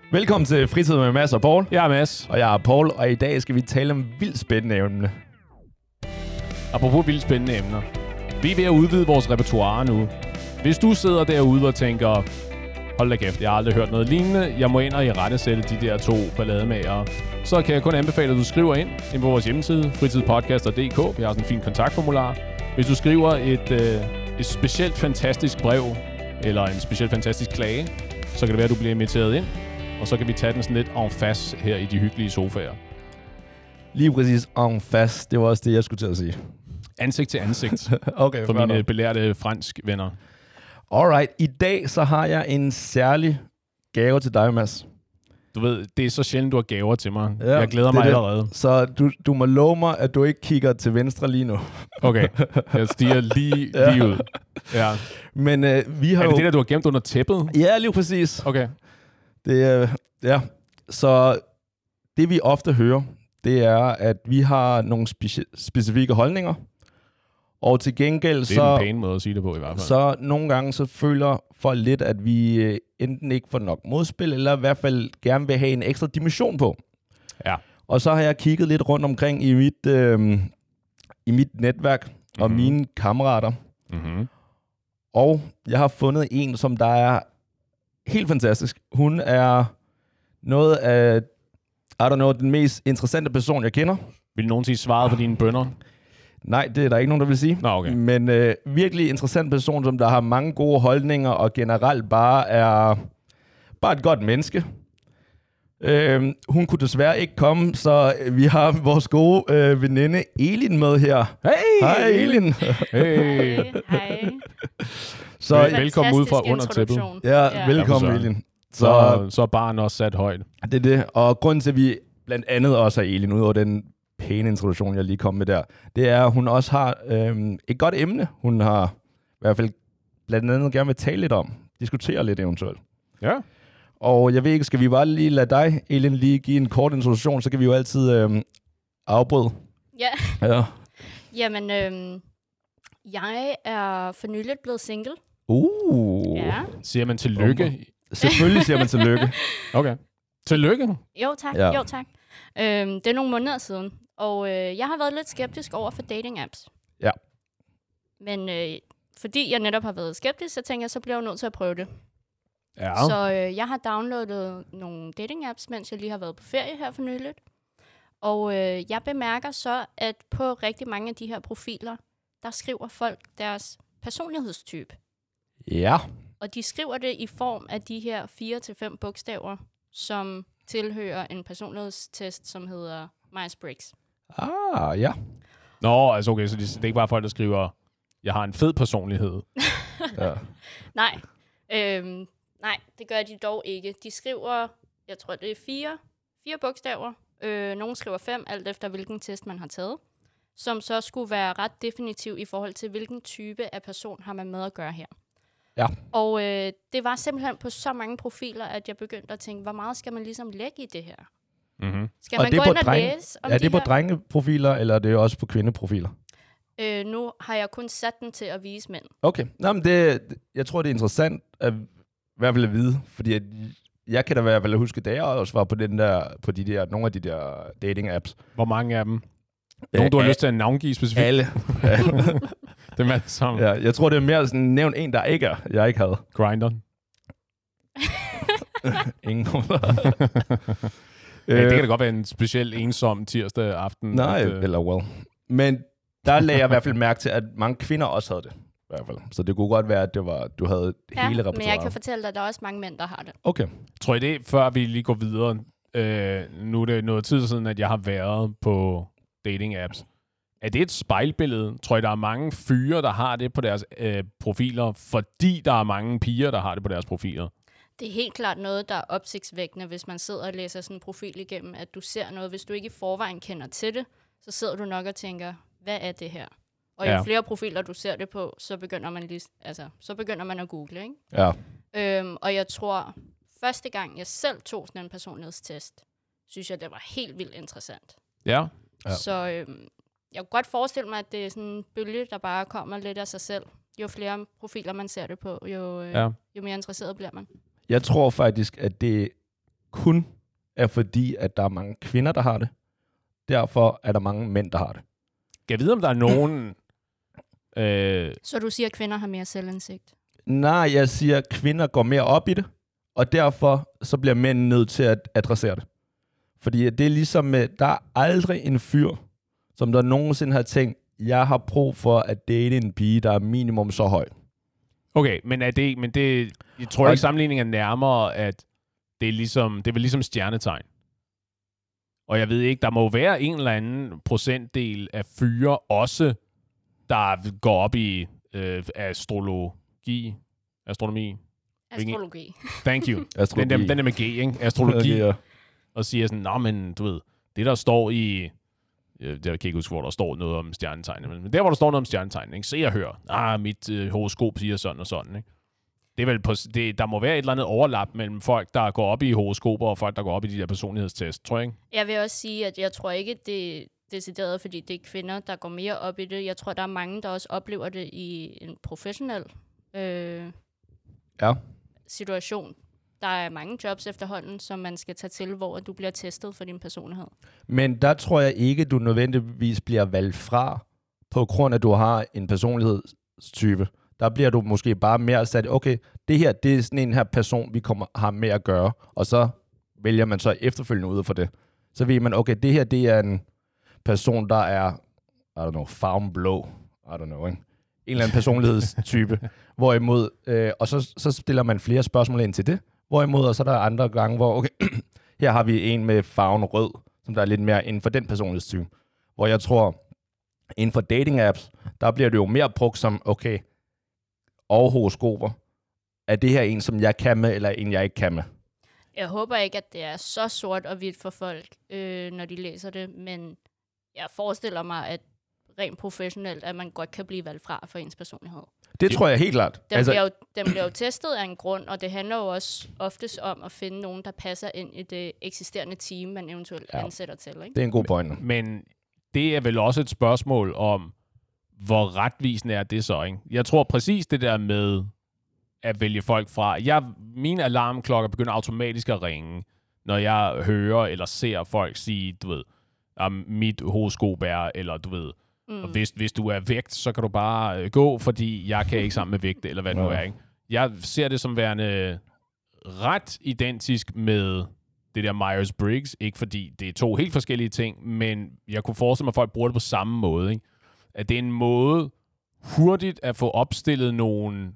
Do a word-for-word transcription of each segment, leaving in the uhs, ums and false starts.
Velkommen til Fritid med Mads og Paul. Jeg er Mads. Og jeg er Paul, og i dag skal vi tale om vildt spændende emne. Apropos vildt spændende emner. Vi er ved at udvide vores repertoire nu. Hvis du sidder derude og tænker, hold da kæft, jeg har aldrig hørt noget lignende, jeg må ind og i rette sætte de der to ballademagere, så kan jeg kun anbefale, at du skriver ind, ind på vores hjemmeside, fritidspodcaster punktum d k. Vi har sådan en fin kontaktformular. Hvis du skriver et, øh, et specielt fantastisk brev, eller en specielt fantastisk klage, så kan det være, at du bliver inviteret ind, og så kan vi tage den sådan lidt en face her i de hyggelige sofaer. Lige præcis en face, det var også det, jeg skulle til at sige. Ansigt til ansigt. Okay, for mine belærte fransk venner. Alright, i dag så har jeg en særlig gave til dig, Mads. Du ved, det er så sjældent, du har gaver til mig. Ja, jeg glæder mig det. allerede. Så du, du må love mig, at du ikke kigger til venstre lige nu. Okay, jeg stiger lige, ja. lige ud. Ja. Men øh, vi har er det jo... det, der du har gemt under tæppet? Ja, lige præcis. Okay. Det, øh, ja, så det vi ofte hører, det er, at vi har nogle speci- specifikke holdninger, og til gengæld så... Det er en pæn måde at sige det på i hvert fald. Så nogle gange så føler folk lidt, at vi øh, enten ikke får nok modspil, eller i hvert fald gerne vil have en ekstra dimension på. Ja. Og så har jeg kigget lidt rundt omkring i mit, øh, i mit netværk mm-hmm. og mine kammerater. Mm-hmm. Og jeg har fundet en, som der er helt fantastisk. Hun er noget af, I don't know, den mest interessante person, jeg kender. Vil nogen sige svaret på dine bønner? Nej, det er der ikke nogen, der vil sige. Nå, okay. Men øh, virkelig interessant person, som der har mange gode holdninger, og generelt bare er bare et godt menneske. Øh, hun kunne desværre ikke komme, så vi har vores gode øh, veninde Elin med her. Hey! Hej Elin! Hey! Hej. Så Vel, velkommen ud fra under tæppet. Ja, ja. velkommen Ja, Elin. Så, så, så er barn også sat højt. Det er det, og grunden til, at vi blandt andet også er Elin, ud over den pæne introduktion, jeg lige kom med der, det er, at hun også har øhm, et godt emne, hun har i hvert fald blandt andet gerne vil tale lidt om, diskutere lidt eventuelt. Ja. Og jeg ved ikke, skal vi bare lige lade dig, Elin, lige give en kort introduktion, så kan vi jo altid øhm, afbryde. Ja. Ja. Jamen, øhm, jeg er for nyligt blevet single. Uh. Ja. Siger man tillykke? Selvfølgelig siger man tillykke. Okay. Tillykke? Jo, tak. Ja. Jo, tak. Øhm, det er nogle måneder siden, og øh, jeg har været lidt skeptisk over for dating-apps. Ja. Men øh, fordi jeg netop har været skeptisk, så tænker jeg, så bliver jeg nødt til at prøve det. Ja. Så øh, jeg har downloadet nogle dating-apps, mens jeg lige har været på ferie her for nyligt. Og øh, jeg bemærker så, at på rigtig mange af de her profiler, der skriver folk deres personlighedstype. Ja. Og de skriver det i form af de her fire til fem bogstaver, som tilhører en personlighedstest, som hedder Myers-Briggs. Ah, ja. Nå, altså okay, så det, det er ikke bare folk, der skriver, jeg har en fed personlighed. Ja. Nej, øhm, nej, det gør de dog ikke. De skriver, jeg tror det er fire, fire bogstaver. Øh, nogle skriver fem, alt efter hvilken test man har taget, som så skulle være ret definitiv i forhold til, hvilken type af person har man med at gøre her. Ja. Og øh, det var simpelthen på så mange profiler, at jeg begyndte at tænke, hvor meget skal man ligesom lægge i det her? Mm-hmm. Skal Og man det gå er ind på og drenge- læse om Er de det på her? drengeprofiler, eller er det også på kvindeprofiler? Øh, nu har jeg kun sat den til at vise mænd. Okay. Nå, men det, jeg tror, det er interessant at i hvert fald at vide, fordi at jeg kan da i hvert fald huske, da jeg også var på, den der, på de der, nogle af de der dating-apps. Hvor mange af dem? Nogle, du har Æ, lyst til at navngive specifikt? Alle. Det er alt sammen. Ja, jeg tror, det er mere sådan nævnt en, der ikke er, jeg ikke havde. Grindr. Ingen. Ja, det kan da godt være en speciel ensom tirsdag aften. Nej, at, øh, eller well. Men der lagde jeg i hvert fald mærke til, at mange kvinder også havde det. I hvert fald. Så det kunne godt være, at det var, du havde Ja, hele men repertoiret. jeg kan fortælle dig, at der er også mange mænd, der har det. Okay. Tror I det, før vi lige går videre, øh, nu er det noget tid siden, at jeg har været på dating-apps. Er det et spejlbillede? Tror I, der er mange fyre, der har det på deres øh, profiler, fordi der er mange piger, der har det på deres profiler? Det er helt klart noget, der er opsigtsvækkende, hvis man sidder og læser sådan en profil igennem, at du ser noget. Hvis du ikke i forvejen kender til det, så sidder du nok og tænker, hvad er det her? Og Ja. jo flere profiler, du ser det på, så begynder man, lige, altså, så begynder man at google, ikke? Ja. Øhm, og jeg tror, første gang jeg selv tog sådan en personlighedstest, synes jeg, det var helt vildt interessant. Ja. Ja. Så øhm, jeg kunne godt forestille mig, at det er sådan en bølge, der bare kommer lidt af sig selv. Jo flere profiler man ser det på, jo, øh, Ja. jo mere interesseret bliver man. Jeg tror faktisk, at det kun er fordi, at der er mange kvinder, der har det. Derfor er der mange mænd, der har det. Kan jeg vide, om der er nogen... øh... Så du siger, at kvinder har mere selvindsigt? Nej, jeg siger, at kvinder går mere op i det, og derfor så bliver mænd nødt til at adressere det. Fordi det er ligesom, med, der er aldrig en fyr, som der nogensinde har tænkt, jeg har brug for at date en pige, der er minimum så høj. Okay, men er det, men det, jeg tror ikke, sammenligningen er nærmere, at det er ligesom, det er vel ligesom stjernetegn. Og jeg ved ikke, der må være en eller anden procentdel af fyre også, der går op i øh, astrologi, astronomi. Astrologi. Thank you. Astrologi. Den, der, den der med G, ikke? Astrologi. Okay, ja. Og siger sådan, nå, men du ved, det der står i... Jeg kan ikke huske, hvor der står noget om stjernetegn, men der, hvor der står noget om stjernetegn, ikke? Se og hør. Ah, mit øh, horoskop siger sådan og sådan, ikke? Det er vel på, det, der må være et eller andet overlap mellem folk, der går op i horoskoper, og folk, der går op i de der personlighedstest, tror jeg, ikke? Jeg vil også sige, at jeg tror ikke, det er decideret, fordi det er kvinder, der går mere op i det. Jeg tror, der er mange, der også oplever det i en professionel øh, ja. situation. Der er mange jobs efterhånden, som man skal tage til, hvor du bliver testet for din personlighed. Men der tror jeg ikke, du nødvendigvis bliver valgt fra, på grund af, at du har en personlighedstype. Der bliver du måske bare mere sat, okay, det her, det er sådan en her person, vi kommer har med at gøre, og så vælger man så efterfølgende ud for det. Så ved man, okay, det her, det er en person, der er, I don't know, farvenblå, I don't know, ikke? En eller anden personlighedstype. Hvorimod, øh, og så, så stiller man flere spørgsmål ind til det. Hvorimod, og så er der andre gange, hvor, okay, her har vi en med farven rød, som der er lidt mere inden for den personlighedstype. Hvor jeg tror, inden for dating apps, der bliver det jo mere brugt som, okay, og horoskoper. Er det her en, som jeg kan med, eller en, jeg ikke kan med? Jeg håber ikke, at det er så sort og hvidt for folk, øh, når de læser det, men jeg forestiller mig, at rent professionelt, at man godt kan blive valgt fra for ens personlighed. Det tror jeg helt klart. Den, altså, bliver jo, den bliver jo testet af en grund, og det handler jo også oftest om at finde nogen, der passer ind i det eksisterende team, man eventuelt ja. ansætter til. Ikke? Det er en god pointe. Men det er vel også et spørgsmål om, hvor retvisende er det så, ikke? Jeg tror præcis det der med at vælge folk fra. Jeg, mine alarmklokker begynder automatisk at ringe, når jeg hører eller ser folk sige, du ved, om mit horoskop er, eller du ved, mm. og hvis, hvis du er vægt, så kan du bare øh, gå, fordi jeg kan ikke sammen med vægt, eller hvad det nu er, ikke? Jeg ser det som værende ret identisk med det der Myers-Briggs, ikke fordi det er to helt forskellige ting, men jeg kunne forestille mig, at folk bruger det på samme måde, ikke? At det er en måde hurtigt at få opstillet nogle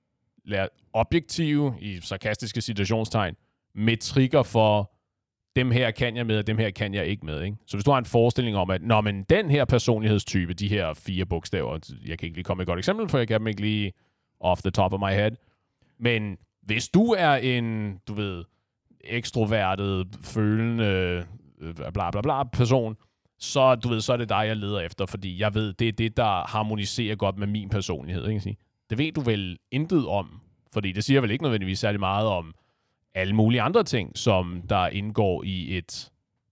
objektive, i sarkastiske situationstegn, metrikker for, dem her kan jeg med, og dem her kan jeg ikke med. Ikke? Så hvis du har en forestilling om, at nå, men den her personlighedstype, de her fire bogstaver, jeg kan ikke lige komme med et godt eksempel, for jeg kan dem ikke lige off the top of my head, men hvis du er en, du ved, ekstrovertet, følende, bla bla bla person, så, du ved, så er det dig, jeg leder efter, fordi jeg ved, det er det, der harmoniserer godt med min personlighed. Ikke? Det ved du vel intet om, fordi det siger vel ikke nødvendigvis særlig meget om alle mulige andre ting, som der indgår i et,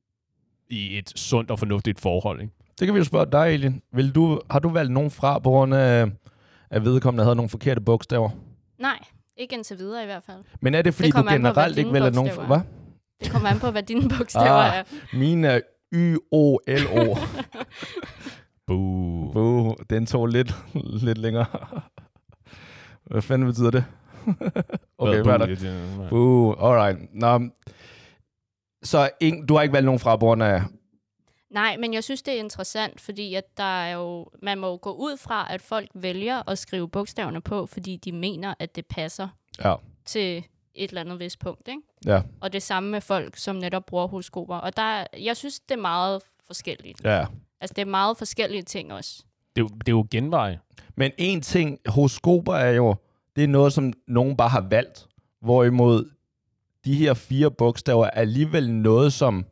i et sundt og fornuftigt forhold. Ikke? Det kan vi jo spørge dig, Elin. Vil du, har du valgt nogen fra, på grund af, at vedkommende havde nogle forkerte bogstaver? Nej, ikke indtil videre i hvert fald. Men er det, fordi det du generelt på, ikke vælger nogen fra? Hvad? Det kommer an på, hvad dine bogstaver ah, er. Mine er Y O L O. Boo. Boo. Den tog lidt, lidt længere. Hvad fanden betyder det? Okay, hvad er der? Boo. Alright. Nå, så ing, du har ikke valgt nogen fra, på grund af... Nej, men jeg synes, det er interessant, fordi at der er jo, man må jo gå ud fra, at folk vælger at skrive bogstaverne på, fordi de mener, at det passer ja. til et eller andet vist punkt. Ikke? Ja. Og det samme med folk, som netop bruger horoskoper. Og der, jeg synes, det er meget forskelligt. Ja. Altså, det er meget forskellige ting også. Det er, det er jo genvej. Men en ting, horoskoper er jo, det er noget, som nogen bare har valgt. Hvorimod de her fire bogstaver er alligevel noget, som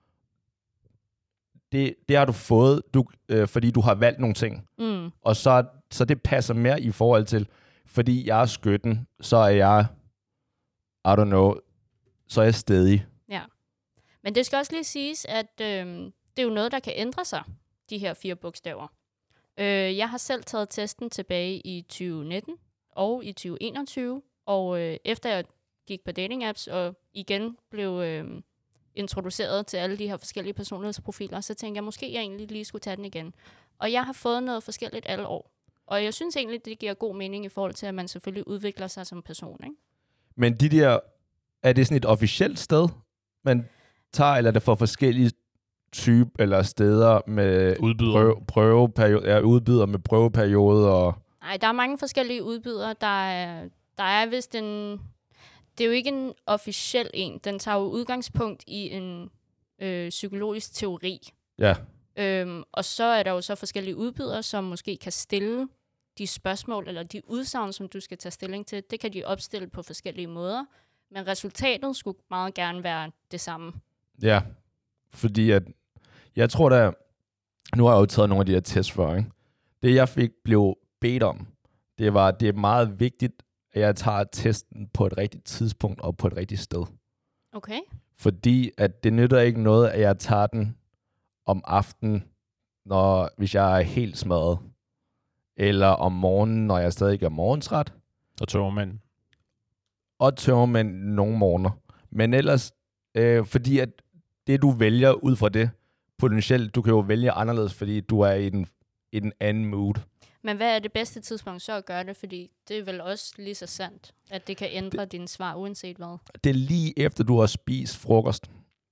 det, det har du fået, du, øh, fordi du har valgt nogle ting. Mm. Og så, så det passer mere i forhold til, fordi jeg er skytten, så er jeg, I don't know, så er jeg stedig. Ja. Men det skal også lige siges, at øh, det er jo noget, der kan ændre sig, de her fire bogstaver. Øh, jeg har selv taget testen tilbage i tyve nitten og i tyve enogtyve, og øh, efter jeg gik på dating apps, og igen blev øh, introduceret til alle de her forskellige personlighedsprofiler, så tænkte jeg, måske jeg egentlig lige skulle tage den igen. Og jeg har fået noget forskelligt alle år. Og jeg synes egentlig, det giver god mening i forhold til, at man selvfølgelig udvikler sig som person, ikke? Men de der, er det sådan et officielt sted, man tager, eller er det for forskellige typer eller steder med Udbyder. prøve, prøveperiode, ja, udbyder med prøveperiode og... Nej, der er mange forskellige udbydere. Der er, der er vist en... Det er jo ikke en officiel en. Den tager jo udgangspunkt i en øh, psykologisk teori. Ja. Øhm, og så er der jo så forskellige udbydere, som måske kan stille de spørgsmål eller de udsagn, som du skal tage stilling til. Det kan de opstille på forskellige måder. Men resultatet skulle meget gerne være det samme. Ja, fordi at... Jeg tror da... Nu har jeg jo taget nogle af de her tests før, ikke? Det jeg fik blev bedt om, det var, det er meget vigtigt, at jeg tager testen på et rigtigt tidspunkt og på et rigtigt sted. Okay. Fordi at det nytter ikke noget, at jeg tager den om aftenen, når, hvis jeg er helt smadret. Eller om morgenen, når jeg stadig er morgensret. Og tømmermænd. Og tømmermænd nogle morgener. Men ellers, øh, fordi at det du vælger ud fra det, potentielt, du kan jo vælge anderledes, fordi du er i den, i den anden mood. Men hvad er det bedste tidspunkt så at gøre det? Fordi det er vel også lige så sandt, at det kan ændre det, dine svar, uanset hvad. Det er lige efter, du har spist frokost.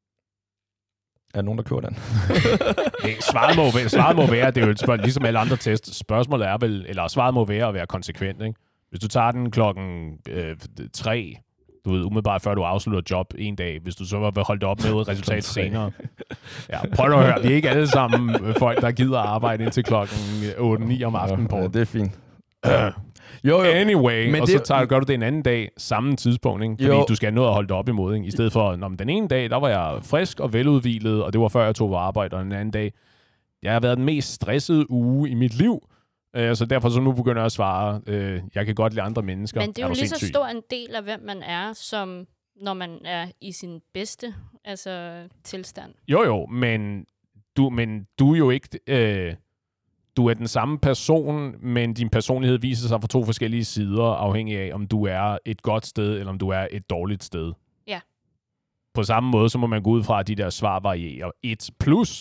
Er der nogen, der køber den? hey, svaret, må være, svaret må være, det er jo et spørgsmål, ligesom alle andre tests. Spørgsmålet er vel, eller svaret må være at være konsekvent, ikke? Hvis du tager den klokken øh, tre, du ved, umiddelbart før du afslutter job en dag, hvis du så var holdt op med resultat senere. Ja, prøv at høre, vi er ikke alle sammen folk, der gider at arbejde indtil klokken otte ni om aftenen på. Ja, det er fint. Uh, jo, jo. Anyway, men og det, så tager, gør du det en anden dag, samme tidspunkt, ikke? Fordi jo. Du skal have noget at holde det op imod, ikke? I stedet for, når den ene dag, der var jeg frisk og veludhvilet, og det var før jeg tog på arbejde, og den anden dag, jeg har været den mest stressede uge i mit liv, uh, så derfor så nu begynder jeg at svare, uh, jeg kan godt lide andre mennesker. Men det er jo er lige sindssyg? så stor en del af, hvem man er, som når man er i sin bedste altså, tilstand. Jo, jo, men du, men du er jo ikke... Øh, du er den samme person, men din personlighed viser sig fra to forskellige sider, afhængig af, om du er et godt sted, eller om du er et dårligt sted. Ja. På samme måde, så må man gå ud fra, at de der svar varierer. Et plus,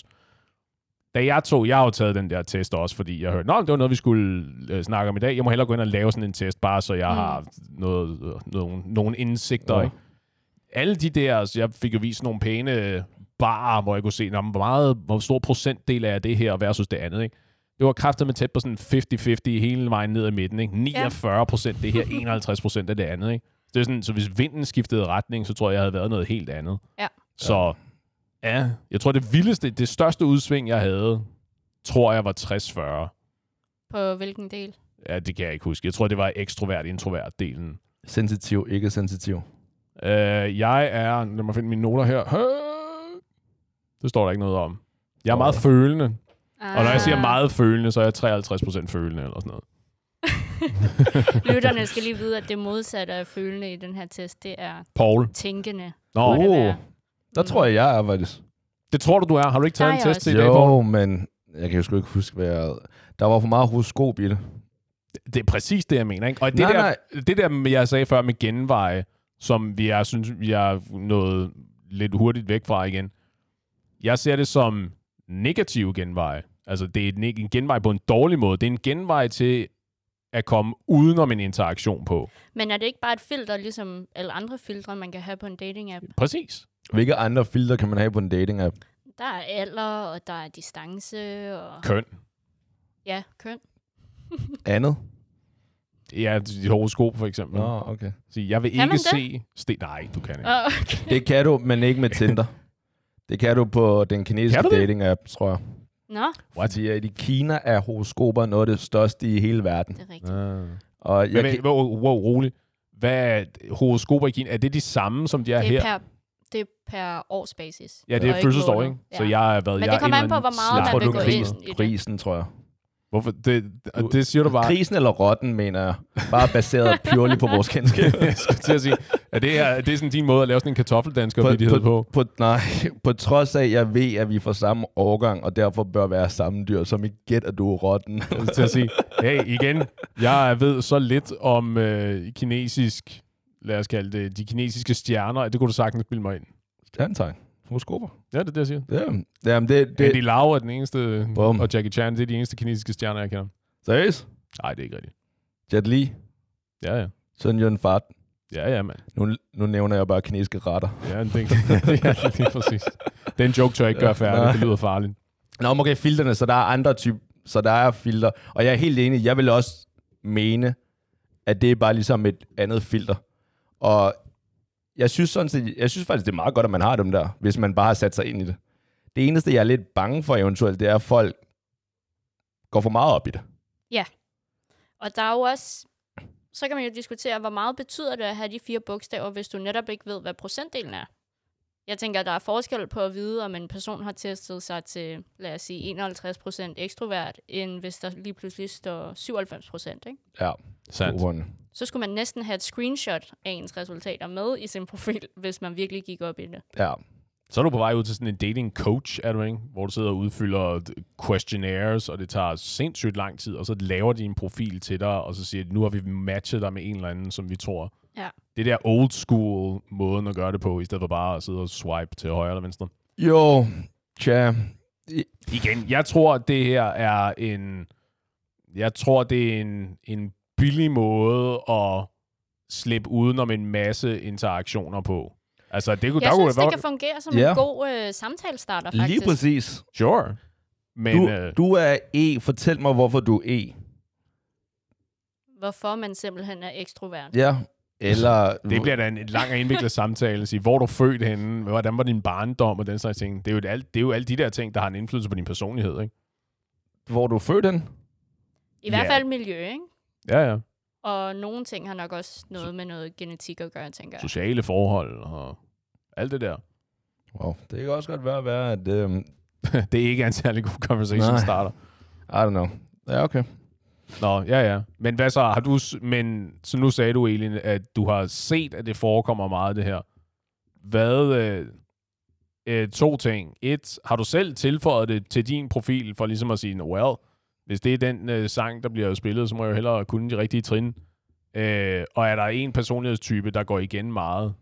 da jeg tog, jeg har jo taget den der test også, fordi jeg hørte, nå, det var noget, vi skulle øh, snakke om i dag. Jeg må hellere gå ind og lave sådan en test, bare så jeg mm. har noget, øh, nogle, nogle indsigter. Ja. Ikke? Alle de der, så jeg fik jo vist nogle pæne barer, hvor jeg kunne se, hvor, meget, hvor stor procentdel af det her versus det andet, ikke? Det var kraftigt med tæt på sådan halvtreds halvtreds hele vejen ned ad midten, ikke? niogfyrre procent det her, enoghalvtreds procent af det andet, ikke? Det er sådan, så hvis vinden skiftede retning, så tror jeg, jeg havde været noget helt andet. Ja. Så ja, jeg tror det vildeste, det største udsving, jeg havde, tror jeg var tres fyrre. På hvilken del? Ja, det kan jeg ikke huske. Jeg tror, det var ekstrovert-introvert-delen. Sensitiv, ikke sensitiv. Uh, jeg er, lad mig finde mine noter her. Det står der ikke noget om. Jeg er meget følende. Ah. Og når jeg siger meget følende, så er jeg treoghalvtreds procent følende eller sådan noget. Lytterne skal lige vide, at det modsatte af følende i den her test, det er Paul. Tænkende. Nå, oh, der mm. tror jeg, jeg er faktisk. Det tror du, du er. Har du ikke taget en test til i dag, Jo, Paul? men jeg kan jo sgu ikke huske, hvad jeg... Der var for meget horoskop i det. Det er præcis det, jeg mener, ikke? Og det, nej, der, nej. det der, jeg sagde før med genveje, som vi er, synes, vi er nået lidt hurtigt væk fra igen. Jeg ser det som negativ genveje. Altså, det er en genvej på en dårlig måde. Det er en genvej til at komme udenom en interaktion på. Men er det ikke bare et filter, ligesom alle andre filtre, man kan have på en dating-app? Præcis. Hvilke andre filter kan man have på en dating-app? Der er alder, og der er distance, og... Køn. Ja, køn. Andet? Ja, dit horoskop for eksempel. Nå, okay. Så jeg vil kan ikke se... Sten- Nej, du kan ikke. Oh, okay. Det kan du, men ikke med Tinder. Det kan du på den kinesiske dating-app, tror jeg. Nå. Fordi at i Kina er horoskoper noget af det største i hele verden. Det er rigtigt. Ah. Og jeg men, kan... wow, wow, rolig. Hvad er horoskoper i Kina? Er det de samme, som de er, det er her? Per, det er per årsbasis. Ja, det er fødselsår, ikke? Ja. Så jeg har været... Men jeg det kommer en an på, hvor meget jeg tror, man vil du gå krisen, ind i det. Krisen, tror jeg. Hvorfor? Det, det siger du bare... Krisen eller rotten, mener jeg. Bare baseret purely på vores kendskab. Jeg skulle til at sige, er det, er det sådan din måde at lave sådan en kartoffeldansker på, på, på? på? Nej, på trods af, at jeg ved, at vi får samme årgang, og derfor bør være samme dyr, som ikke gæt, at du er rotten. til at sige, hey, igen, jeg ved så lidt om øh, kinesisk lad os kalde det, de kinesiske stjerner, det kunne du sagtens spille mig ind. Stjernetegn. Horoskoper. Ja, det er det, jeg siger. Ja, jamen det... det... Andy Lau er den eneste, Bum. og Jackie Chan, det er de eneste kinesiske stjerner, jeg kender. Seriøst? Nej, det er ikke rigtigt. Jet Li. Ja, ja. Sun Yun Fat. Ja, ja, mand. Nu, nu nævner jeg bare kinesiske retter. Ja, det ja, lige præcis. Den joke tør jeg ikke gøre færdig. Nej. Det lyder farligt. Nå, okay, filterne, så der er andre typer, så der er filter. Og jeg er helt enig, jeg vil også mene, at det er bare ligesom et andet filter. Og jeg synes, sådan set, jeg synes faktisk, det er meget godt, at man har dem der, hvis man bare har sat sig ind i det. Det eneste, jeg er lidt bange for eventuelt, det er, at folk går for meget op i det. Ja. Og der er jo også... Så kan man jo diskutere, hvor meget betyder det at have de fire bogstaver, hvis du netop ikke ved, hvad procentdelen er. Jeg tænker, at der er forskel på at vide, om en person har testet sig til, lad os sige, enoghalvtreds procent ekstrovert, end hvis der lige pludselig står syvoghalvfems procent, ikke? Ja, sandt. Så skulle man næsten have et screenshot af ens resultater med i sin profil, hvis man virkelig gik op i det. Ja. Så er du på vej ud til sådan en dating coach, er du ikke? Hvor du sidder og udfylder questionnaires, og det tager sindssygt lang tid, og så laver de en profil til dig, og så siger de, nu har vi matchet dig med en eller anden, som vi tror. Ja. Det der old school måden at gøre det på, i stedet for bare at sidde og swipe til højre eller venstre. Jo, tja. Igen, jeg tror, det her er en... Jeg tror, det er en, en billig måde at slippe udenom en masse interaktioner på. Altså, det, jeg der synes, kunne det kan fungere som ja. en god øh, samtalestarter, faktisk. Lige præcis. Sure. Men, du, øh, du er E. Fortæl mig, hvorfor du er E. Hvorfor man simpelthen er ekstrovert. Ja. Eller... det bliver da en, en lang og indviklet samtale. Sige, hvor er du født henne? Hvordan var din barndom? Og den slags ting. Det er, jo alt, det er jo alle de der ting, der har en indflydelse på din personlighed, ikke? Hvor du er født henne? I hvert Ja. fald miljø, ikke? Ja, ja. Og nogle ting har nok også noget med noget genetik at gøre, tænker jeg. Sociale forhold og alt det der. Wow. Det kan også godt være, at være at... Øhm, Det er ikke en særlig god conversation Nej. starter. I don't know. Ja, okay. Nå, ja, ja. Men hvad så? Har du... s- Men så nu sagde du, Elin, at du har set, at det forekommer meget, det her. Hvad... Øh, øh, to ting. Et, har du selv tilføjet det til din profil, for ligesom at sige, well, hvis det er den øh, sang, der bliver spillet, så må jeg jo hellere kunne de rigtige trin. Øh, og er der en personlighedstype, der går igen meget?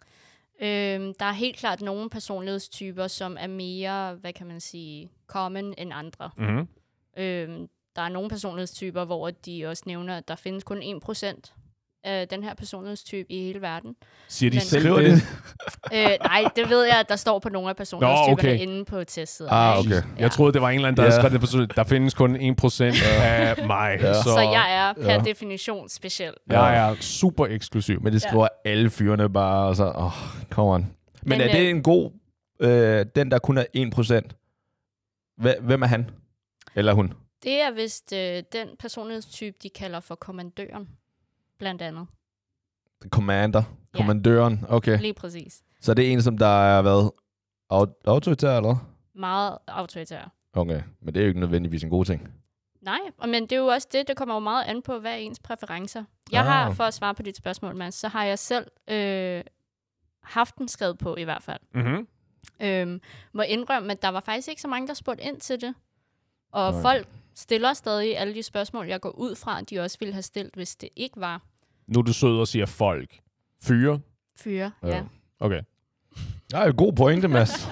Øhm, der er helt klart nogle personlighedstyper, som er mere, hvad kan man sige, common end andre. Mm-hmm. Øhm, der er nogle personlighedstyper, hvor de også nævner, at der findes kun en procent af den her personlighedstype i hele verden. Siger de Men- selv Skriver det? øh, nej, det ved jeg, at der står på nogle af personlighedstyperne okay. inde på testsiden. Ah, ikke? okay. Ja. Jeg troede, det var en eller anden, der Ja. havde skrevet det på sådan, der findes kun en procent af mig. Ja. Så, Så jeg er per Ja. definition speciel. jeg er super eksklusiv. Men det skriver ja. alle fyrene bare, og så... Åh, oh, come on. Men, Men, er det øh, en god... Øh, den, der kun er en procent? Hvem er han? Eller hun? Det er vist øh, den personlighedstype, de kalder for kommandøren, blandt andet. Commander. Ja. Kommandøren. Okay. Lige præcis. Så det er en, som der er været au- autoritær, eller? Meget autoritær. Okay. Men det er jo ikke nødvendigvis en god ting. Nej, og men det er jo også det, det kommer jo meget an på, hvad er ens præferencer. Jeg Ah. har, for at svare på dit spørgsmål, Mads, så har jeg selv øh, haft den skrevet på i hvert fald. Mm-hmm. Øhm, må indrømme, at der var faktisk ikke så mange, der spurgte ind til det. Og Nej. folk stiller stadig alle de spørgsmål, jeg går ud fra, at de også ville have stillet, hvis det ikke var Nu er du sød og siger folk. Fyre? fyre. Ja. Ja. Okay. Nej, god pointe, Mads.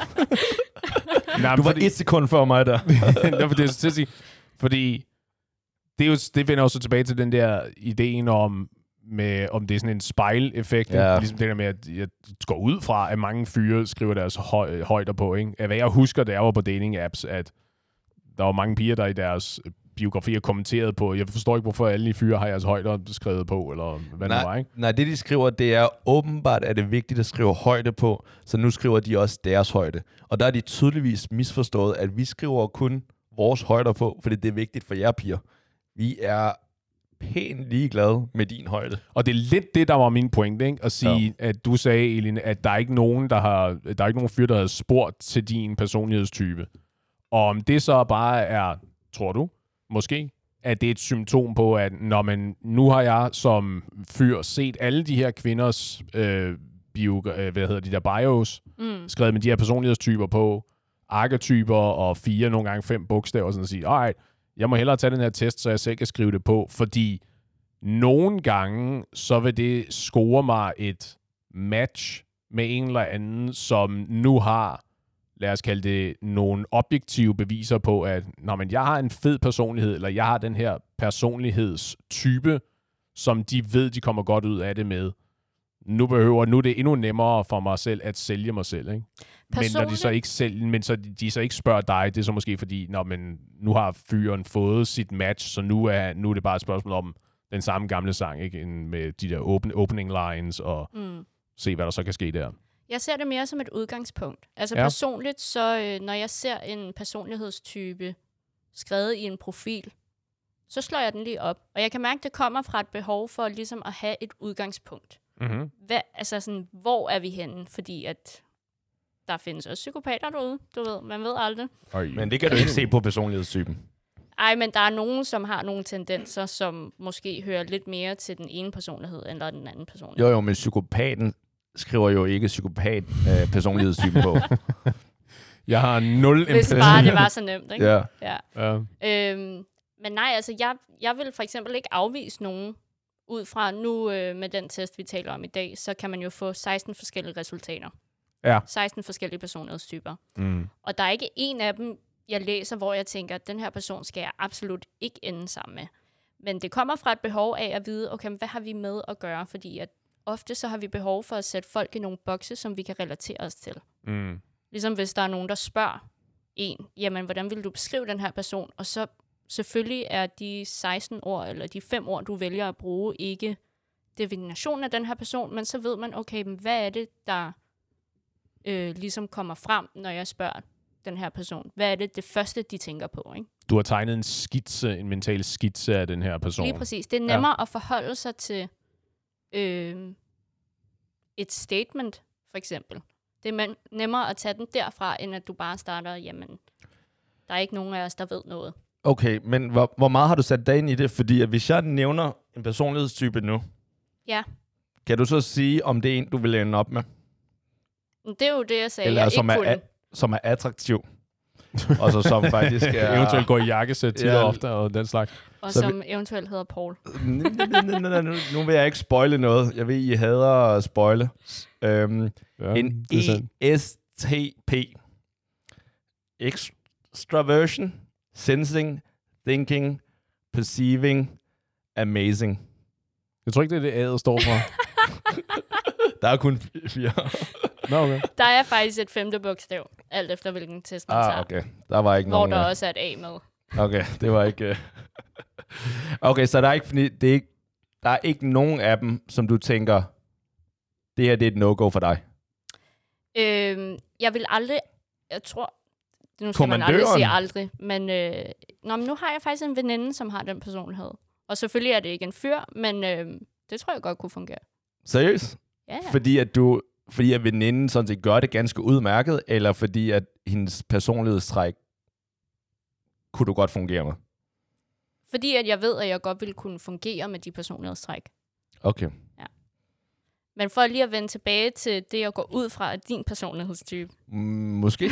Nej, Du var fordi, et sekund før mig der. Nå, for det er så til at sige, fordi det, er jo, det vender jo så tilbage til den der ideen om, med, om det er sådan en spejleffekt. Ja. Ja. Ligesom det der med, at jeg går ud fra, at mange fyre skriver deres høj, højder på. Ikke? Hvad jeg husker, da jeg var på dating-apps, at der var mange piger, der i deres biografier kommenterede på, jeg forstår ikke, hvorfor alle de fyre har jeres højder skrevet på, eller hvad det var, ikke? Nej, det de skriver, det er åbenbart, at det er vigtigt at skrive højde på, så nu skriver de også deres højde. Og der er de tydeligvis misforstået, at vi skriver kun vores højder på, fordi det er vigtigt for jer piger. Vi er pænt ligeglade med din højde. Og det er lidt det, der var min pointe, ikke? At sige, ja. At du sagde, Elin, at der er ikke nogen, der har, der er ikke nogen fyr, der har spurgt til din personlighedstype. Og om det så bare er, tror du, måske, at det er et symptom på, at når man, nu har jeg som fyr set alle de her kvinders øh, bio, øh, hvad hedder de der bios, Mm. skrevet med de her personlighedstyper på, arketyper og fire, nogle gange fem bogstaver, sådan at sige, alright, jeg må hellere tage den her test, så jeg selv kan skrive det på, fordi nogle gange, så vil det score mig et match med en eller anden, som nu har, lad os kalde det, nogle objektive beviser på, at når man, jeg har en fed personlighed, eller jeg har den her personlighedstype, som de ved, de kommer godt ud af det med. Nu behøver, nu er det endnu nemmere for mig selv at sælge mig selv, ikke? Men når de så ikke sælger, men så de så ikke spørger dig, det er så måske fordi, når man nu har fyren fået sit match, så nu er nu er det bare et spørgsmål om den samme gamle sang, ikke? Med de der open, opening lines og mm. se hvad der så kan ske der. Jeg ser det mere som et udgangspunkt. Altså ja. personligt, så øh, når jeg ser en personlighedstype skrevet i en profil, så slår jeg den lige op. Og jeg kan mærke, at det kommer fra et behov for ligesom at have et udgangspunkt. Mm-hmm. Hvad, altså sådan, hvor er vi henne? Fordi at der findes også psykopater derude, du ved. Man ved aldrig. Øj, men det kan du ikke se på personlighedstypen. Ej, men der er nogen, som har nogle tendenser, som måske hører lidt mere til den ene personlighed, end der den anden personlighed. Jo, jo, men psykopaten skriver jo ikke psykopat øh, personlighedstypen på. Jeg har nul empati. Hvis bare det var så nemt, ikke? Ja. ja. ja. Øhm, men nej, altså, jeg, jeg vil for eksempel ikke afvise nogen ud fra nu øh, med den test, vi taler om i dag, så kan man jo få seksten forskellige resultater. Ja. seksten forskellige personlighedstyper. Mm. Og der er ikke en af dem, jeg læser, hvor jeg tænker, at den her person skal jeg absolut ikke ende sammen med. Men det kommer fra et behov af at vide, okay, hvad har vi med at gøre? Fordi at ofte så har vi behov for at sætte folk i nogle bokse, som vi kan relatere os til. Mm. Ligesom hvis der er nogen, der spørger en, jamen, hvordan vil du beskrive den her person? Og så selvfølgelig er de seksten ord, eller de fem ord, du vælger at bruge, ikke definitionen af den her person, men så ved man, okay, men hvad er det, der øh, ligesom kommer frem, når jeg spørger den her person? Hvad er det det første, de tænker på, ikke? Du har tegnet en skitse, en mental skitse af den her person. Lige præcis. Det er nemmere ja. at forholde sig til øh, et statement, for eksempel. Det er man- nemmere at tage den derfra, end at du bare starter, jamen, der er ikke nogen af os, der ved noget. Okay, men hvor, hvor meget har du sat dig ind i det? Fordi at hvis jeg nævner en personlighedstype nu, ja. kan du så sige, om det er en, du vil ende op med? Det er jo det, jeg sagde, Eller jeg som ikke er kunne. A- som er attraktiv. Og så som faktisk er... Eventuelt går i jakkesæt tit Ja. og ofte, og den slags. Og så som vi- eventuelt hedder Paul. nu, nu vil jeg ikke spoile noget. Jeg ved, I hader at spoile. Øhm, Ja, en det er sandt. E S T P. Extraversion, sensing, thinking, perceiving, amazing. Jeg tror ikke, det er det, A'et står for. Der er kun fire. Nå, okay. Der er faktisk et femte bogstav, alt efter hvilken test man Ah, tager. okay. Der var ikke Hvor nogen... der øh, også er et A med. Okay, det var ikke... Uh... Okay, så der er ikke, fordi det er ikke, der er ikke nogen af dem, som du tænker, det her det er et no-go for dig. Øhm, jeg vil aldrig... Jeg tror... Nu skal man aldrig Kommandøren? sige aldrig. Men, øh, nå, men nu har jeg faktisk en veninde, som har den personlighed. Og selvfølgelig er det ikke en fyr, men øh, det tror jeg godt kunne fungere. Seriøst? Ja, ja. Fordi at du... Fordi at veninden sådan set gør det ganske udmærket, eller fordi at hendes personlighedstræk kunne du godt fungere med? Fordi at jeg ved, at jeg godt ville kunne fungere med de personlighedstræk. Okay. Men for lige at vende tilbage til det, jeg går ud fra, af din personlighedstype. Mm, måske.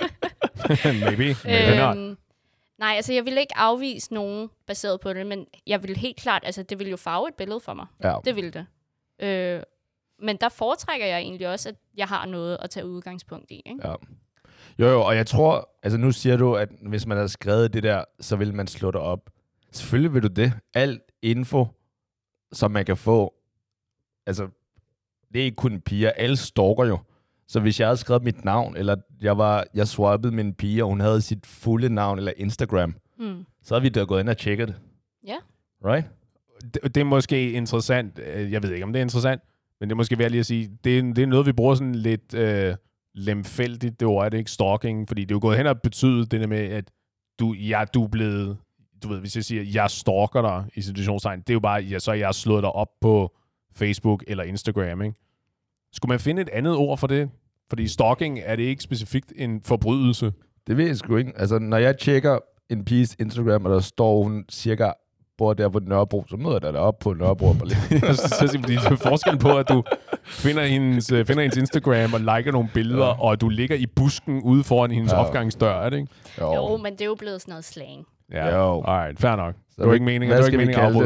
Maybe. Maybe not. Øhm, nej, altså jeg vil ikke afvise nogen baseret på det, men jeg vil helt klart, altså det vil jo farve et billede for mig. Ja. Det vil det. Øh, men der foretrækker jeg egentlig også, at jeg har noget at tage udgangspunkt i, ikke? Ja. Jo, jo, og jeg tror, altså nu siger du, at hvis man har skrevet det der, så vil man slå det op. Selvfølgelig vil du det. Alt info, som man kan få, altså, det er ikke kun piger. Alle stalker jo. Så hvis jeg havde skrevet mit navn, eller jeg var, jeg swappede min pige, og hun havde sit fulde navn, eller Instagram, Mm. så havde vi da gået ind og tjekket det. Ja. Right? Det, det er måske interessant. øh, Jeg ved ikke, om det er interessant, men det er måske værd lige at sige, det er, det er noget, vi bruger sådan lidt øh, lemfældigt, det ord er det ikke, stalking, fordi det er jo gået hen og betydet det der med, at du, ja, du er blevet, du ved, hvis jeg siger, jeg stalker dig i situationstegn, det er jo bare, ja, så er jeg slået dig op på Facebook eller Instagram, ikke? Skulle man finde et andet ord for det? Fordi stalking, er det ikke specifikt en forbrydelse? Det ved jeg sgu ikke. Altså, når jeg tjekker en piges Instagram, og der står hun cirka bor der på Nørrebro, så møder jeg dig deroppe på Nørrebro. Så fordi det er forskel på, at du finder hendes, finder hendes Instagram og liker nogle billeder, ja. og at du ligger i busken ude foran hendes ja. opgangsdør, er det ikke? Jo. jo, men det er jo blevet sådan noget slang. Ja, jo. Alright, fair nok. Så det var ikke meningen, det var ikke meningen at afbryde.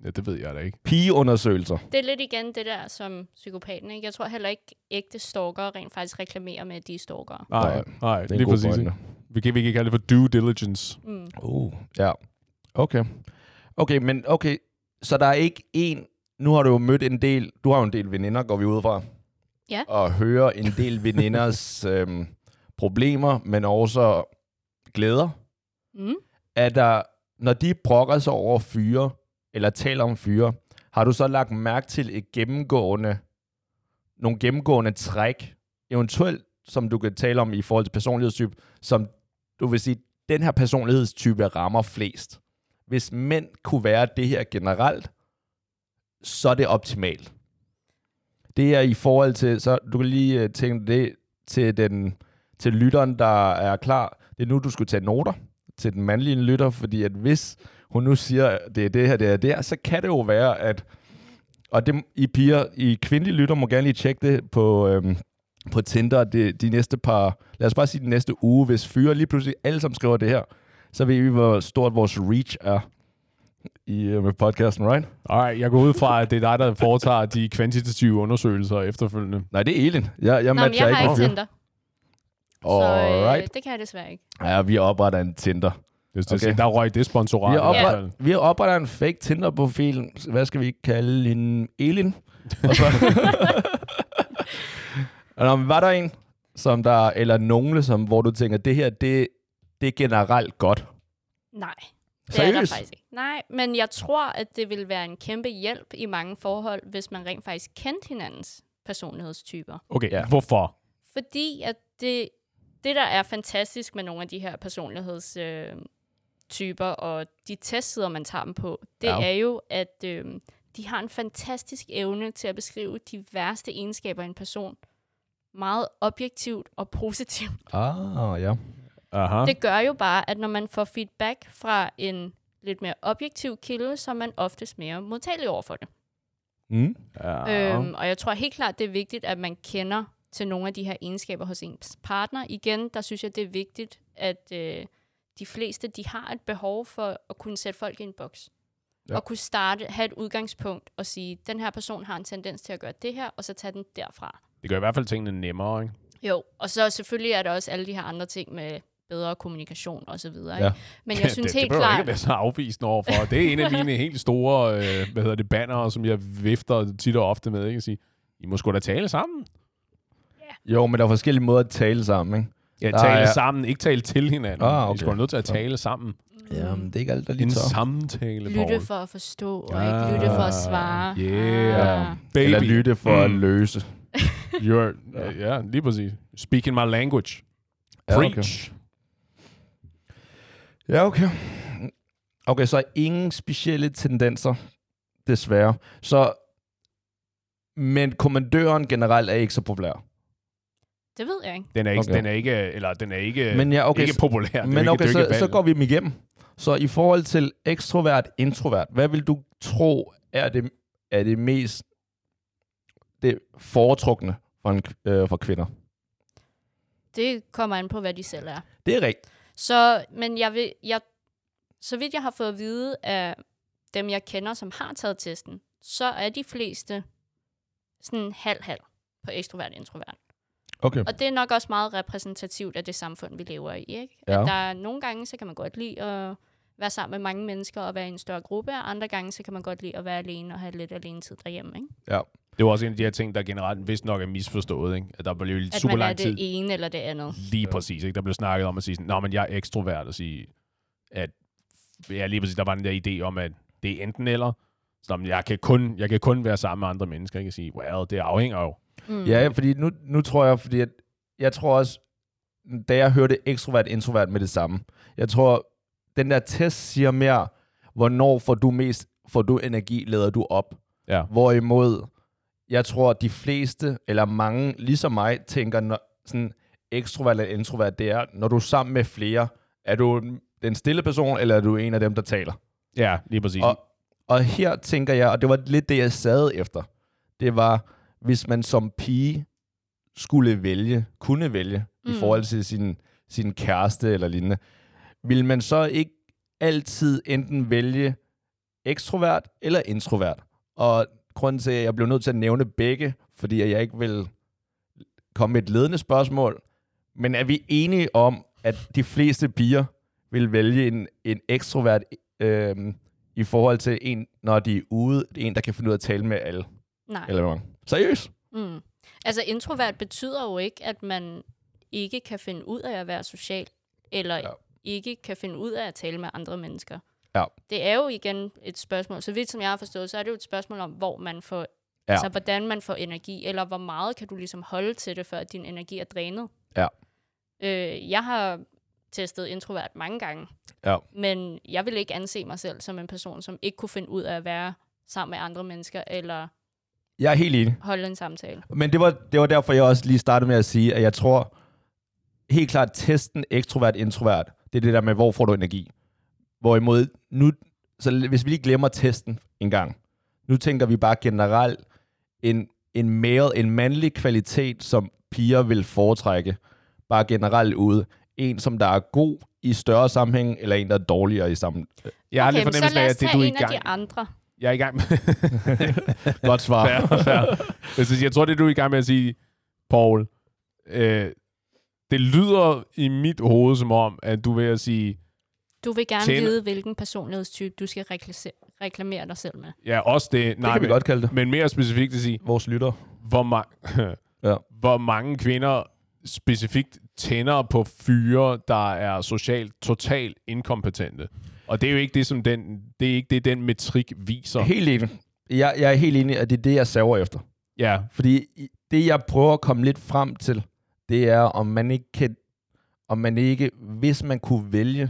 Ja, det ved jeg da ikke. Pigeundersøgelser. Det er lidt igen det der som psykopaten, ikke? Jeg tror heller ikke ægte stalker rent faktisk reklamerer med, at de er stalkere. Nej, nej, Det er en lige god præcis. pointe. Ikke? Vi kan, vi kan kalde det for due diligence. Mm. Uh, ja. Okay. Okay, men okay. Så der er ikke en... Nu har du jo mødt en del... Du har jo en del veninder, går vi ud fra. Ja. Og hører en del veninders øhm, problemer, men også glæder. Mm. Er der... Når de brokker sig over fyre, eller taler om fyre, har du så lagt mærke til et gennemgående... Nogle gennemgående træk, eventuelt, som du kan tale om i forhold til personlighedstype, som du vil sige, den her personlighedstype rammer flest. Hvis mænd kunne være det her generelt, så er det optimalt. Det er i forhold til, så du kan lige uh, tænke det til, den, til lytteren, der er klar. Det er nu, du skulle tage noter til den mandlige lytter, fordi at hvis hun nu siger, det er det her, det er der, så kan det jo være, at, og det, I piger, I kvindelige lytter må gerne lige tjekke det på, øhm, på Tinder, de, de næste par, lad os bare sige den næste uge, hvis fyre lige pludselig alle sammen skriver det her, så ved vi, hvor stort vores reach er i uh, med podcasten, right? Alright, jeg går ud fra, at det er dig, der foretager de kvantitative undersøgelser efterfølgende. Nej, det er Elin. Jeg, jeg Nå, men matcher jeg har ikke ikke fyre. Tinder, så øh, Alright. det kan jeg desværre ikke. Ja, vi opretter en Tinder. Det er Okay. okay. Der røg det sponsorat. Vi har, i hvert opret- fald. vi har oprettet en fake Tinder-profil. Hvad skal vi kalde hende? Elin? Og så... Nå, men var der en, som der, eller nogle, som, hvor du tænker, det her, det, det er generelt godt? Nej, det er der Seriøst? faktisk ikke. Nej, men jeg tror, at det vil være en kæmpe hjælp i mange forhold, hvis man rent faktisk kendte hinandens personlighedstyper. Okay, Ja. ja. Hvorfor? Fordi at det, det, der er fantastisk med nogle af de her personlighedstyper, øh, typer og de testsider, man tager dem på, det Ja. er jo, at øh, de har en fantastisk evne til at beskrive de værste egenskaber i en person meget objektivt og positivt. Ah, ja. Aha. Det gør jo bare, at når man får feedback fra en lidt mere objektiv kilde, så er man oftest mere modtagelig over for det. Mm. Ja. Øhm, og jeg tror helt klart, det er vigtigt, at man kender til nogle af de her egenskaber hos ens partner. Igen, der synes jeg, det er vigtigt, at øh, de fleste, de har et behov for at kunne sætte folk i en boks. Ja. Og kunne starte, have et udgangspunkt og sige, den her person har en tendens til at gøre det her, og så tage den derfra. Det gør i hvert fald tingene nemmere, ikke? Jo, og så selvfølgelig er der også alle de her andre ting med bedre kommunikation og så videre. Ja. Ikke? Men jeg synes det, helt det klart... ikke være så afvisende overfor. Det er en af mine helt store, øh, hvad hedder det, bannere, som jeg vifter tit og ofte med, ikke? At sige, I må sgu da tale sammen. Jo, men der er forskellige måder at tale sammen, ikke? Ja, Der tale er- sammen, ikke tale til hinanden. Ah, okay. I skal nødt til at tale sammen. Jamen, det er ikke alt, der lige En tager. samtale, Lytte Paul. for at forstå, og Ah, ikke lytte for at svare. yeah. Ah. Baby. Eller lytte for at Mm. løse. You're, ja. ja, lige præcis. Speak in my language. Ja, okay. Preach. Ja, okay. Okay, så ingen specielle tendenser, desværre. Så, men kommandøren generelt er ikke så populær. Det ved jeg ikke. Den er ikke, Okay. den er ikke, eller den er ikke, Men ja, okay, ikke så- populær. Det er Men ikke, okay, det er ikke så, så valg. går vi dem igennem. Så i forhold til ekstrovert, introvert, hvad vil du tro er det, er det mest det foretrukne for, en, øh, for kvinder? Det kommer an på, hvad de selv er. Det er rigtigt. Så, men jeg vil, jeg, så vidt jeg har fået at vide af dem, jeg kender, som har taget testen, så er de fleste sådan halv-halv på ekstrovert-introvert. Okay. Og det er nok også meget repræsentativt af det samfund, vi lever i, ikke? Ja. At der er nogle gange, så kan man godt lide at være sammen med mange mennesker og være i en større gruppe, og andre gange, så kan man godt lide at være alene og have lidt alene tid derhjemme, ikke? Ja. Det var også en af de her ting, der generelt vist nok er misforstået, ikke? At der blev At super man er lang tid. det ene eller det andet. Lige præcis, ikke? Der blev snakket om at sige sådan, nå, men jeg er ekstrovert, og sige, at ja, lige præcis, der var den der idé om, at det er enten eller, så men jeg kan kun, jeg kan kun være sammen med andre mennesker, ikke? At sige, well, det afhænger jo. Mm. Ja, fordi nu, nu tror jeg, fordi at, jeg tror også, da jeg hørte ekstrovert, introvert med det samme, jeg tror, den der test siger mere, hvornår får du mest, får du energi, lader du op. Ja. Hvorimod, jeg tror, de fleste, eller mange, ligesom mig, tænker, når, sådan ekstrovert eller introvert, det er, når du er sammen med flere, er du den stille person, eller er du en af dem, der taler? Ja, lige præcis. Og, og her tænker jeg, og det var lidt det, jeg sad efter, det var, hvis man som pige skulle vælge, kunne vælge, mm. i Mm. forhold til sin, sin kæreste eller lignende, vil man så ikke altid enten vælge ekstrovert eller introvert. Og grunden til, at jeg blev nødt til at nævne begge, fordi jeg ikke vil komme med et ledende spørgsmål, men er vi enige om, at de fleste piger vil vælge en, en ekstrovert øh, i forhold til en, når de er ude, en, der kan finde ud af at tale med alle? Nej. Eller hvad? Seriøst? Mm. Altså introvert betyder jo ikke, at man ikke kan finde ud af at være social, eller ja. ikke kan finde ud af at tale med andre mennesker. Ja. Det er jo igen et spørgsmål, så vidt som jeg har forstået, så er det jo et spørgsmål om, hvor man får, ja. altså hvordan man får energi, eller hvor meget kan du ligesom holde til det, før din energi er drænet. Ja. Øh, jeg har testet introvert mange gange, ja. men jeg vil ikke anse mig selv som en person, som ikke kunne finde ud af at være sammen med andre mennesker, eller jeg er helt enig. holde en samtale. Men det var, det var derfor, jeg også lige startede med at sige, at jeg tror helt klart, testen ekstrovert-introvert, det er det der med, hvor får du energi. Hvorimod, nu, så hvis vi lige glemmer testen en gang, nu tænker vi bare generelt en, en male, en mandlig kvalitet, som piger vil foretrække, bare generelt ude. En, som der er god i større sammenhæng, eller en, der er dårligere i sammen. Jeg har okay, lidt fornemmelse af, at det du er i gang. af de andre. Jeg er i gang med... Godt svar. Fair, fair. Jeg tror, det du er i gang med at sige, Paul, øh, det lyder i mit hoved som om, at du vil at sige... Du vil gerne tjener... vide, hvilken personlighedstype du skal rekl- reklamere dig selv med. Ja, også det. Nej, det kan vi men, godt kalde det. Men mere specifikt at sige... Vores lytter. Hvor, ma- ja. hvor mange kvinder specifikt tænder på fyre, der er socialt totalt inkompetente. Og det er jo ikke det, som den, det er ikke det, den metrik viser. Helt enig. Jeg, jeg er helt enig, at det er det, jeg server efter. Ja. Fordi det, jeg prøver at komme lidt frem til, det er, om man ikke kan, om man ikke, hvis man kunne vælge,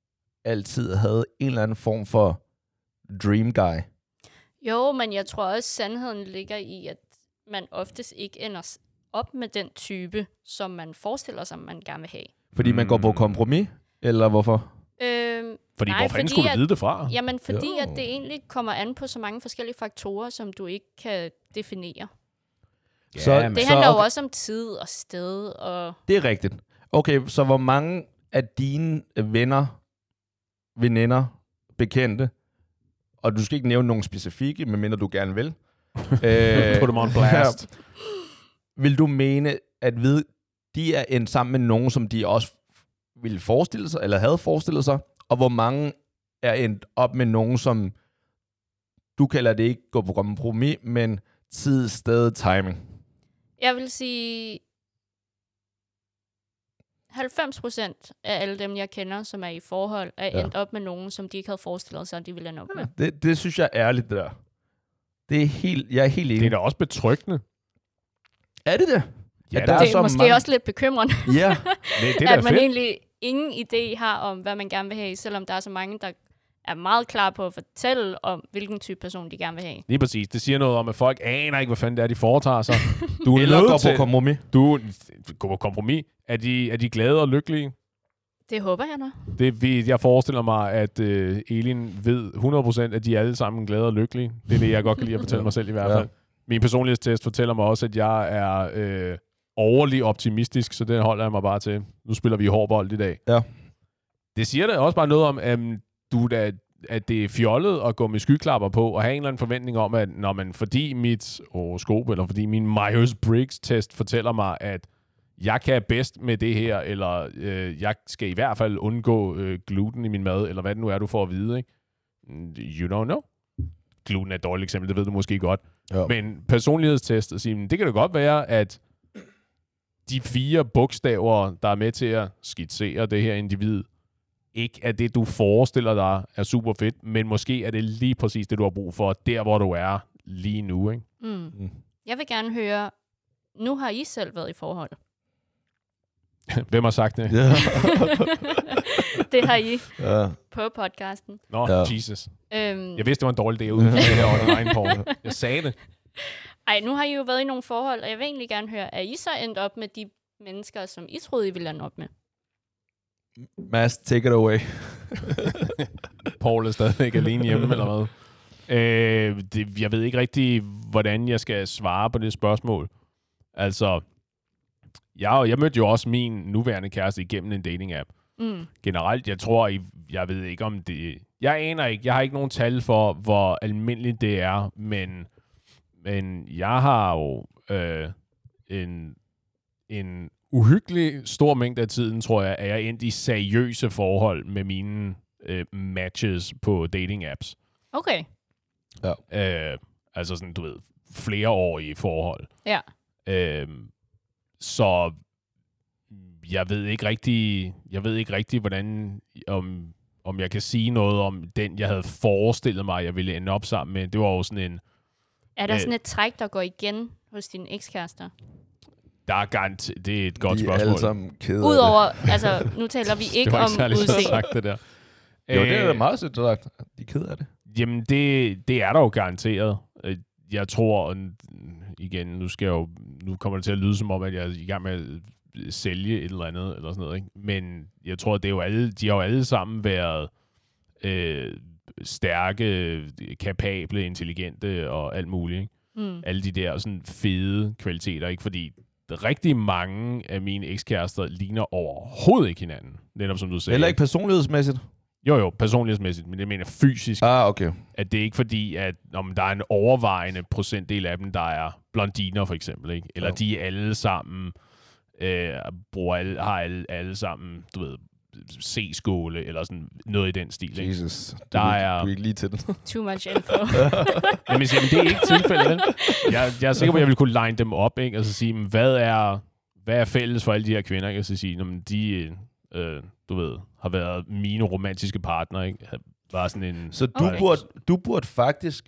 altid havde en eller anden form for dream guy. Jo, men jeg tror også, sandheden ligger i, at man oftest ikke ender op med den type, som man forestiller sig, man gerne vil have. Fordi man går på kompromis? Eller hvorfor? Øhm, fordi nej, hvor fanden fordi skulle at, du vide det fra? Jamen, fordi jo. at det egentlig kommer an på så mange forskellige faktorer, som du ikke kan definere. Ja, så, det så, handler okay. jo også om tid og sted. Og det er rigtigt. Okay, så hvor mange af dine venner, veninder, bekendte, og du skal ikke nævne nogen specifikke, medmindre du gerne vil. øh, Put them on blast. Vil du mene, at ved, de er endt sammen med nogen, som de også ville forestille sig, eller havde forestillet sig, og hvor mange er endt op med nogen, som du kalder det ikke gå på kompromis, men tid, sted, timing? Jeg vil sige, halvfems procent af alle dem, jeg kender, som er i forhold, er ja. endt op med nogen, som de ikke havde forestillet sig, at de ville ende op med. Ja, det, det synes jeg er ærligt, det der. Det er helt, jeg er helt enig. Det er da også betryggende. Er det det? Ja, der det er, er måske mange... også lidt bekymrende. Ja, det, det er at man fedt. egentlig ingen idé har om, hvad man gerne vil have, selvom der er så mange, der er meget klar på at fortælle om, hvilken type person de gerne vil have. Lige præcis. Det siger noget om, at folk aner ikke, hvad fanden det er, de foretager sig. Du er Eller går på kompromis. Du går på kompromis. Er de, er de glade og lykkelige? Det håber jeg da. Det, jeg forestiller mig, at uh, Elin ved hundrede procent, at de er alle sammen glade og lykkelige. Det er det, jeg godt kan lide at fortælle mig selv i hvert fald. Ja. Min personlighedstest fortæller mig også, at jeg er øh, overlig optimistisk, så det holder jeg mig bare til. Nu spiller vi hårdbold i dag. Ja. Det siger da også bare noget om, at, du, da, at det er fjollet at gå med skyklapper på, og have en eller anden forventning om, at når man, fordi mit horoskop, eller fordi min Myers-Briggs-test fortæller mig, at jeg kan bedst med det her, eller øh, jeg skal i hvert fald undgå øh, gluten i min mad, eller hvad det nu er, du får at vide, ikke? You don't know. Gluten er et dårligt eksempel, det ved du måske godt. Ja. Men personlighedstest, at sige, det kan da godt være, at de fire bogstaver, der er med til at skitsere det her individ, ikke er det, du forestiller dig er super fedt, men måske er det lige præcis det, du har brug for, der hvor du er lige nu. Ikke? Mm. Mm. Jeg vil gerne høre, nu har I selv været i forhold. Hvem har sagt det? Yeah. Det har I ja. på podcasten. Nå, ja. Jesus. Øhm. Jeg vidste, det var en dårlig idé ude det her online på. Jeg sagde det. Ej, nu har I jo været i nogle forhold, og jeg vil egentlig gerne høre, er I så endt op med de mennesker, som I troede, I ville ende op med? Mads, take it away. Paul er stadigvæk alene hjemme, eller hvad? Øh, det, jeg ved ikke rigtig, hvordan jeg skal svare på det spørgsmål. Altså, jeg, jeg mødte jo også min nuværende kæreste igennem en dating-app. Mm. Generelt, jeg tror, jeg ved ikke om det, Jeg aner ikke. Jeg har ikke nogen tal for, hvor almindeligt det er, men, men jeg har jo øh, en, en uhyggelig stor mængde af tiden, tror jeg, at jeg er endt i seriøse forhold med mine øh, matches på dating-apps. Okay. Ja. Øh, altså sådan, du ved, flere år i forhold. Ja. Øh, så jeg ved ikke rigtig, jeg ved ikke rigtig, hvordan, om, om jeg kan sige noget om den, jeg havde forestillet mig, jeg ville ende op sammen med. Det var jo sådan en... Er der øh, sådan et træk, der går igen hos dine ekskærester? Der er garant, det er et godt De er spørgsmål. alle sammen kede af Udover, altså, nu taler vi ikke det var om ikke særlig sødt udseende. sagt, det der. det. Jo, det er da Øh, meget sødt sagt. De er kede af det. Jamen, det, det er der jo garanteret. Øh, Jeg tror, og igen, nu skal jeg jo, nu kommer det til at lyde som om, at jeg er i gang med at sælge et eller andet, eller sådan noget, ikke? Men jeg tror, det er jo alle, de har jo alle sammen været øh, stærke, kapable, intelligente og alt muligt, ikke? Mm. Alle de der sådan fede kvaliteter, ikke? Fordi rigtig mange af mine ekskærester ligner overhovedet ikke hinanden. Netop som du sagde. Heller ikke personlighedsmæssigt. Jo, jo, personlighedsmæssigt, men jeg mener fysisk. Ah, okay. At det er ikke fordi, at om der er en overvejende procentdel af dem, der er blondiner for eksempel, ikke? Eller Jo. de er alle sammen, øh, bruger alle, har alle, alle sammen, du ved, C-skåle, eller sådan noget i den stil, ikke? Jesus. Du, Der er, er- du er ikke lige til den. Too much info. Jamen, jamen, det er ikke tilfældet, vel? Jeg, jeg er sikker på, at jeg ville kunne line dem op, ikke? Og så sige, men hvad er, hvad er fælles for alle de her kvinder, ikke? Og så sige, jamen, de, øh, du ved, har været mine romantiske partner, ikke? Var sådan en... Så du, Okay. burde, du burde faktisk...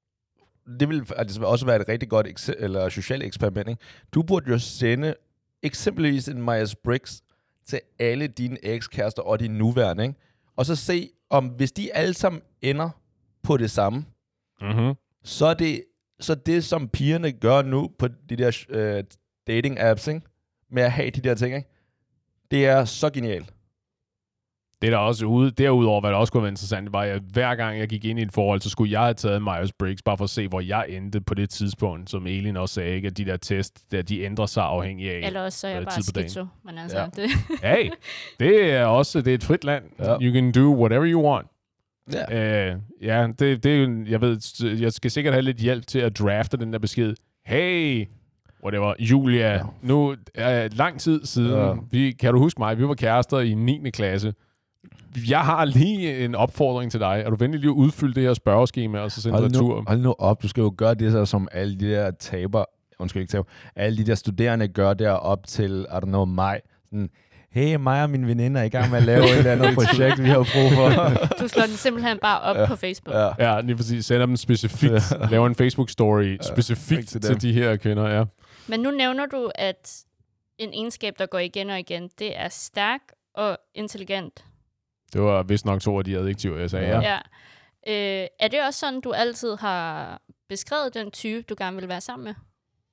Det vil altså også være et rigtig godt ekse- eller socialt eksperiment, ikke? Du burde jo sende eksempelvis en Myers-Briggs til alle dine ekskærester og dine nuværende, ikke? Og så se, om hvis de alle sammen ender på det samme, Mm-hmm. så er det, så det, som pigerne gør nu på de der øh, dating-apps, ikke? Med at have de der ting, ikke? Det er så genialt. Det er der også ude, derudover, hvad der også kunne være interessant, var, at hver gang jeg gik ind i et forhold, så skulle jeg have taget Myers-Briggs, bare for at se, hvor jeg endte på det tidspunkt, som Elin også sagde, ikke? At de der test, der, de ændrer sig afhængig af. Eller også så er jeg øh, bare tid på dagen. skizo. Men altså, Ja. ja. det, Hey, det er også, det er et frit land. Ja. You can do whatever you want. Ja. Øh, ja, det, det er jo, jeg ved, jeg skal sikkert have lidt hjælp til at drafte den der besked. Hey, whatever, Julia, Ja. nu er uh, lang tid siden, Ja. vi, kan du huske mig, vi var kærester i niende klasse. Jeg har lige en opfordring til dig. Er du venlig lige at udfylde det her spørgeskema, og så sende det Hold retur? nu, hold nu op, du skal jo gøre det så, som alle de der taber, undskyld ikke taber, alle de der studerende gør der op til, I don't know, maj. Sådan, hey, mig og min veninde er i gang med at lave et eller andet projekt, vi har brug for. du slår den simpelthen bare op Ja. på Facebook. Ja. Ja, lige præcis. Sender dem specifikt. Laver en Facebook-story specifikt til til, dem. til de her kvinder, ja. Men nu nævner du, at en egenskab, der går igen og igen, det er stærk og intelligent. Det var vist nok to af de adjektiver, jeg sagde. Ja. Ja. Øh, er det også sådan, du altid har beskrevet den type, du gerne vil være sammen med?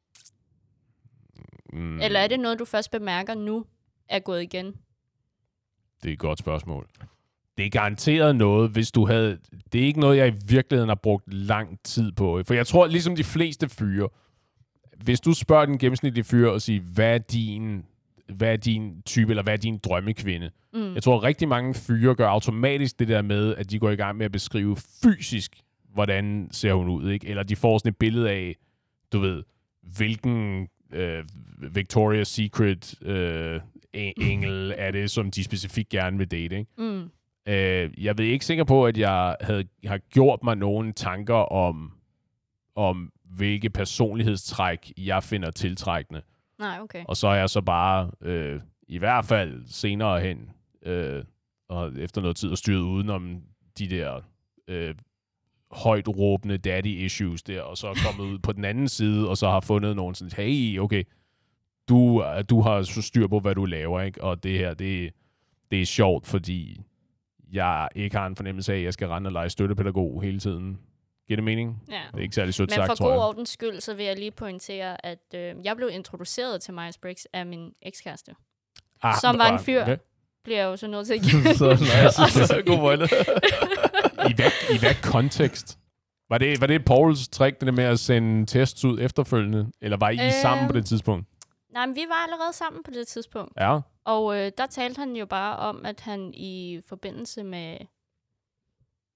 Mm, Eller er det noget, du først bemærker nu, er gået igen? Det er et godt spørgsmål. Det er garanteret noget, hvis du havde... Det er ikke noget, jeg i virkeligheden har brugt lang tid på. For jeg tror, ligesom de fleste fyre, hvis du spørger den gennemsnitlige fyr og siger, hvad er din, hvad er din type, eller hvad er din drømmekvinde? Mm. Jeg tror, rigtig mange fyre gør automatisk det der med, at de går i gang med at beskrive fysisk, hvordan ser hun ud, ikke? Eller de får sådan et billede af, du ved, hvilken øh, Victoria's Secret øh, engel er det, som de specifikt gerne vil date, ikke? Mm. Øh, jeg ved ikke sikker på, at jeg havde, har gjort mig nogle tanker om, om hvilke personlighedstræk jeg finder tiltrækkende. Nej, okay. Og så er jeg så bare, øh, i hvert fald senere hen, øh, og efter noget tid, og styret udenom de der øh, højt råbende daddy issues der, og så er kommet ud på den anden side, og så har fundet nogen sådan, hey, okay, du, du har så styr på, hvad du laver, ikke? Og det her, det, det er sjovt, fordi jeg ikke har en fornemmelse af, at jeg skal rende og lege støttepædagog hele tiden. Giver det mening? Ja. Det er ikke særlig sødt Men sagt, for tror jeg. god ordens skyld, så vil jeg lige pointere, at øh, jeg blev introduceret til Myers-Briggs af min ekskæreste. Ah, som var en ah, fyr. okay. Bliver jeg jo så nødt til at give. Så nice. God pointe. I hvad, I hvad kontekst? Var det, var det Pauls trick, det der med at sende tests ud efterfølgende? Eller var I øh, sammen på det tidspunkt? Nej, men vi var allerede sammen på det tidspunkt. Ja. Og øh, der talte han jo bare om, at han i forbindelse med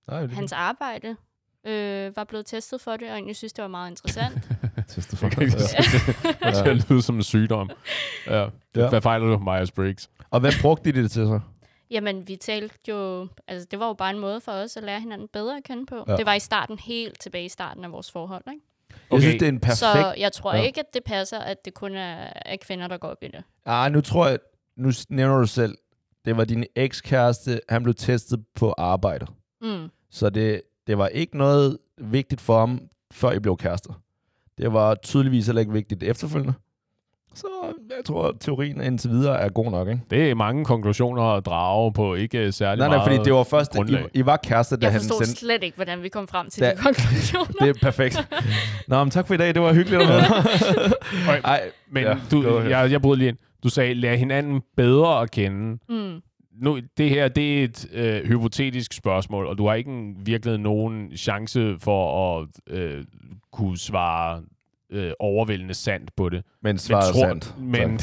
Nej, det Hans arbejde øh, var blevet testet for det, og egentlig synes, det var meget interessant. testet for Jeg kan ikke det. sige det. Det skal lyde som en sygdom. Ja. Ja. Hvad fejler du, Myers-Briggs? Og hvad brugte de det til så? Jamen, vi talte jo... Altså, det var jo bare en måde for os at lære hinanden bedre at kende på. Ja. Det var i starten, helt tilbage i starten af vores forhold, ikke? Okay. Jeg synes, det er en perfekt... Så jeg tror Ja. ikke, at det passer, at det kun er, er kvinder, der går op i det. Ah, nu tror jeg... Nu nævner du selv, det var din ekskæreste, han blev testet på arbejdet. Mm. Så det, det var ikke noget vigtigt for ham, før I blev kærester. Det var tydeligvis heller ikke vigtigt efterfølgende. Så jeg tror, at teorien indtil videre er god nok, ikke? Det er mange konklusioner at drage på ikke særlig Nej, nej, meget fordi det var først, grundlag. I, I var kærester, da Jeg han forstod sendte... slet ikke, hvordan vi kom frem til Da- de konklusioner. Det er perfekt. Nå, men tak for i dag. Det var hyggeligt at høre. Ej, Men ja, ja, du, go ahead. jeg, jeg bryder lige ind. Du sagde, lær hinanden bedre at kende. Mm. Nu, det her, det er et øh, hypotetisk spørgsmål, og du har ikke en, virkelig nogen chance for at øh, kunne svare øh, overvældende sandt på det. Men svaret er tror, sandt. Men,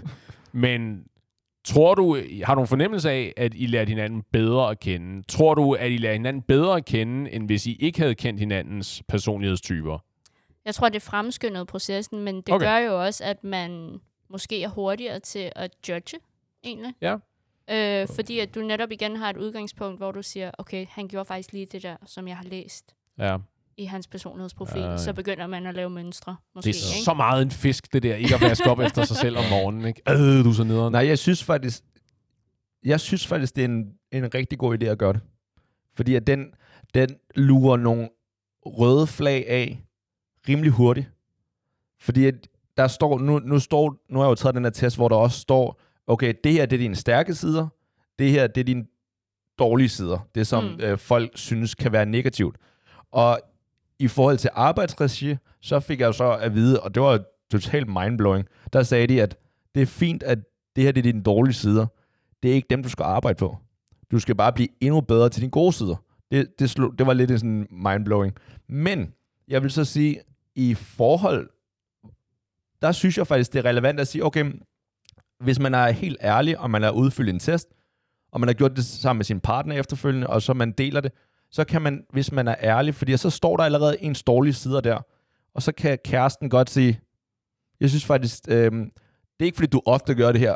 men tror du, har du en fornemmelse af, at I lærte hinanden bedre at kende? Tror du, at I lærte hinanden bedre at kende, end hvis I ikke havde kendt hinandens personlighedstyper? Jeg tror, det fremskyndede processen, men det Okay. gør jo også, at man måske er hurtigere til at judge, egentlig. Ja. Øh, fordi at du netop igen har et udgangspunkt, hvor du siger, okay, han gjorde faktisk lige det der, som jeg har læst Ja. i hans personlighedsprofil. Ja. Så begynder man at lave mønstre, måske, Det er ikke? så meget en fisk, det der. Ikke at vaske op efter sig selv om morgenen, ikke? Øh, du er så nederen. Nej, jeg synes faktisk, jeg synes faktisk, det er en, en rigtig god idé at gøre det. Fordi at den, den lurer nogle røde flag af rimelig hurtigt. Fordi at der står, nu, nu står, nu har jeg jo taget den her test, hvor der også står, okay, det her det er dine stærke sider, det her det er dine dårlige sider. Det som Mm. øh, folk synes kan være negativt. Og i forhold til arbejdsregi, så fik jeg jo så at vide, og det var totalt mindblowing, der sagde de, at det er fint, at det her det er dine dårlige sider. Det er ikke dem, du skal arbejde på. Du skal bare blive endnu bedre til dine gode sider. Det, det, slog, det var lidt sådan mindblowing. Men jeg vil så sige, i forhold, der synes jeg faktisk, det er relevant at sige, okay, hvis man er helt ærlig, og man har udfyldt en test, og man har gjort det sammen med sin partner efterfølgende, og så man deler det, så kan man, hvis man er ærlig, fordi så står der allerede ens dårlige sider der, og så kan kæresten godt sige, jeg synes faktisk, øh, det er ikke fordi du ofte gør det her,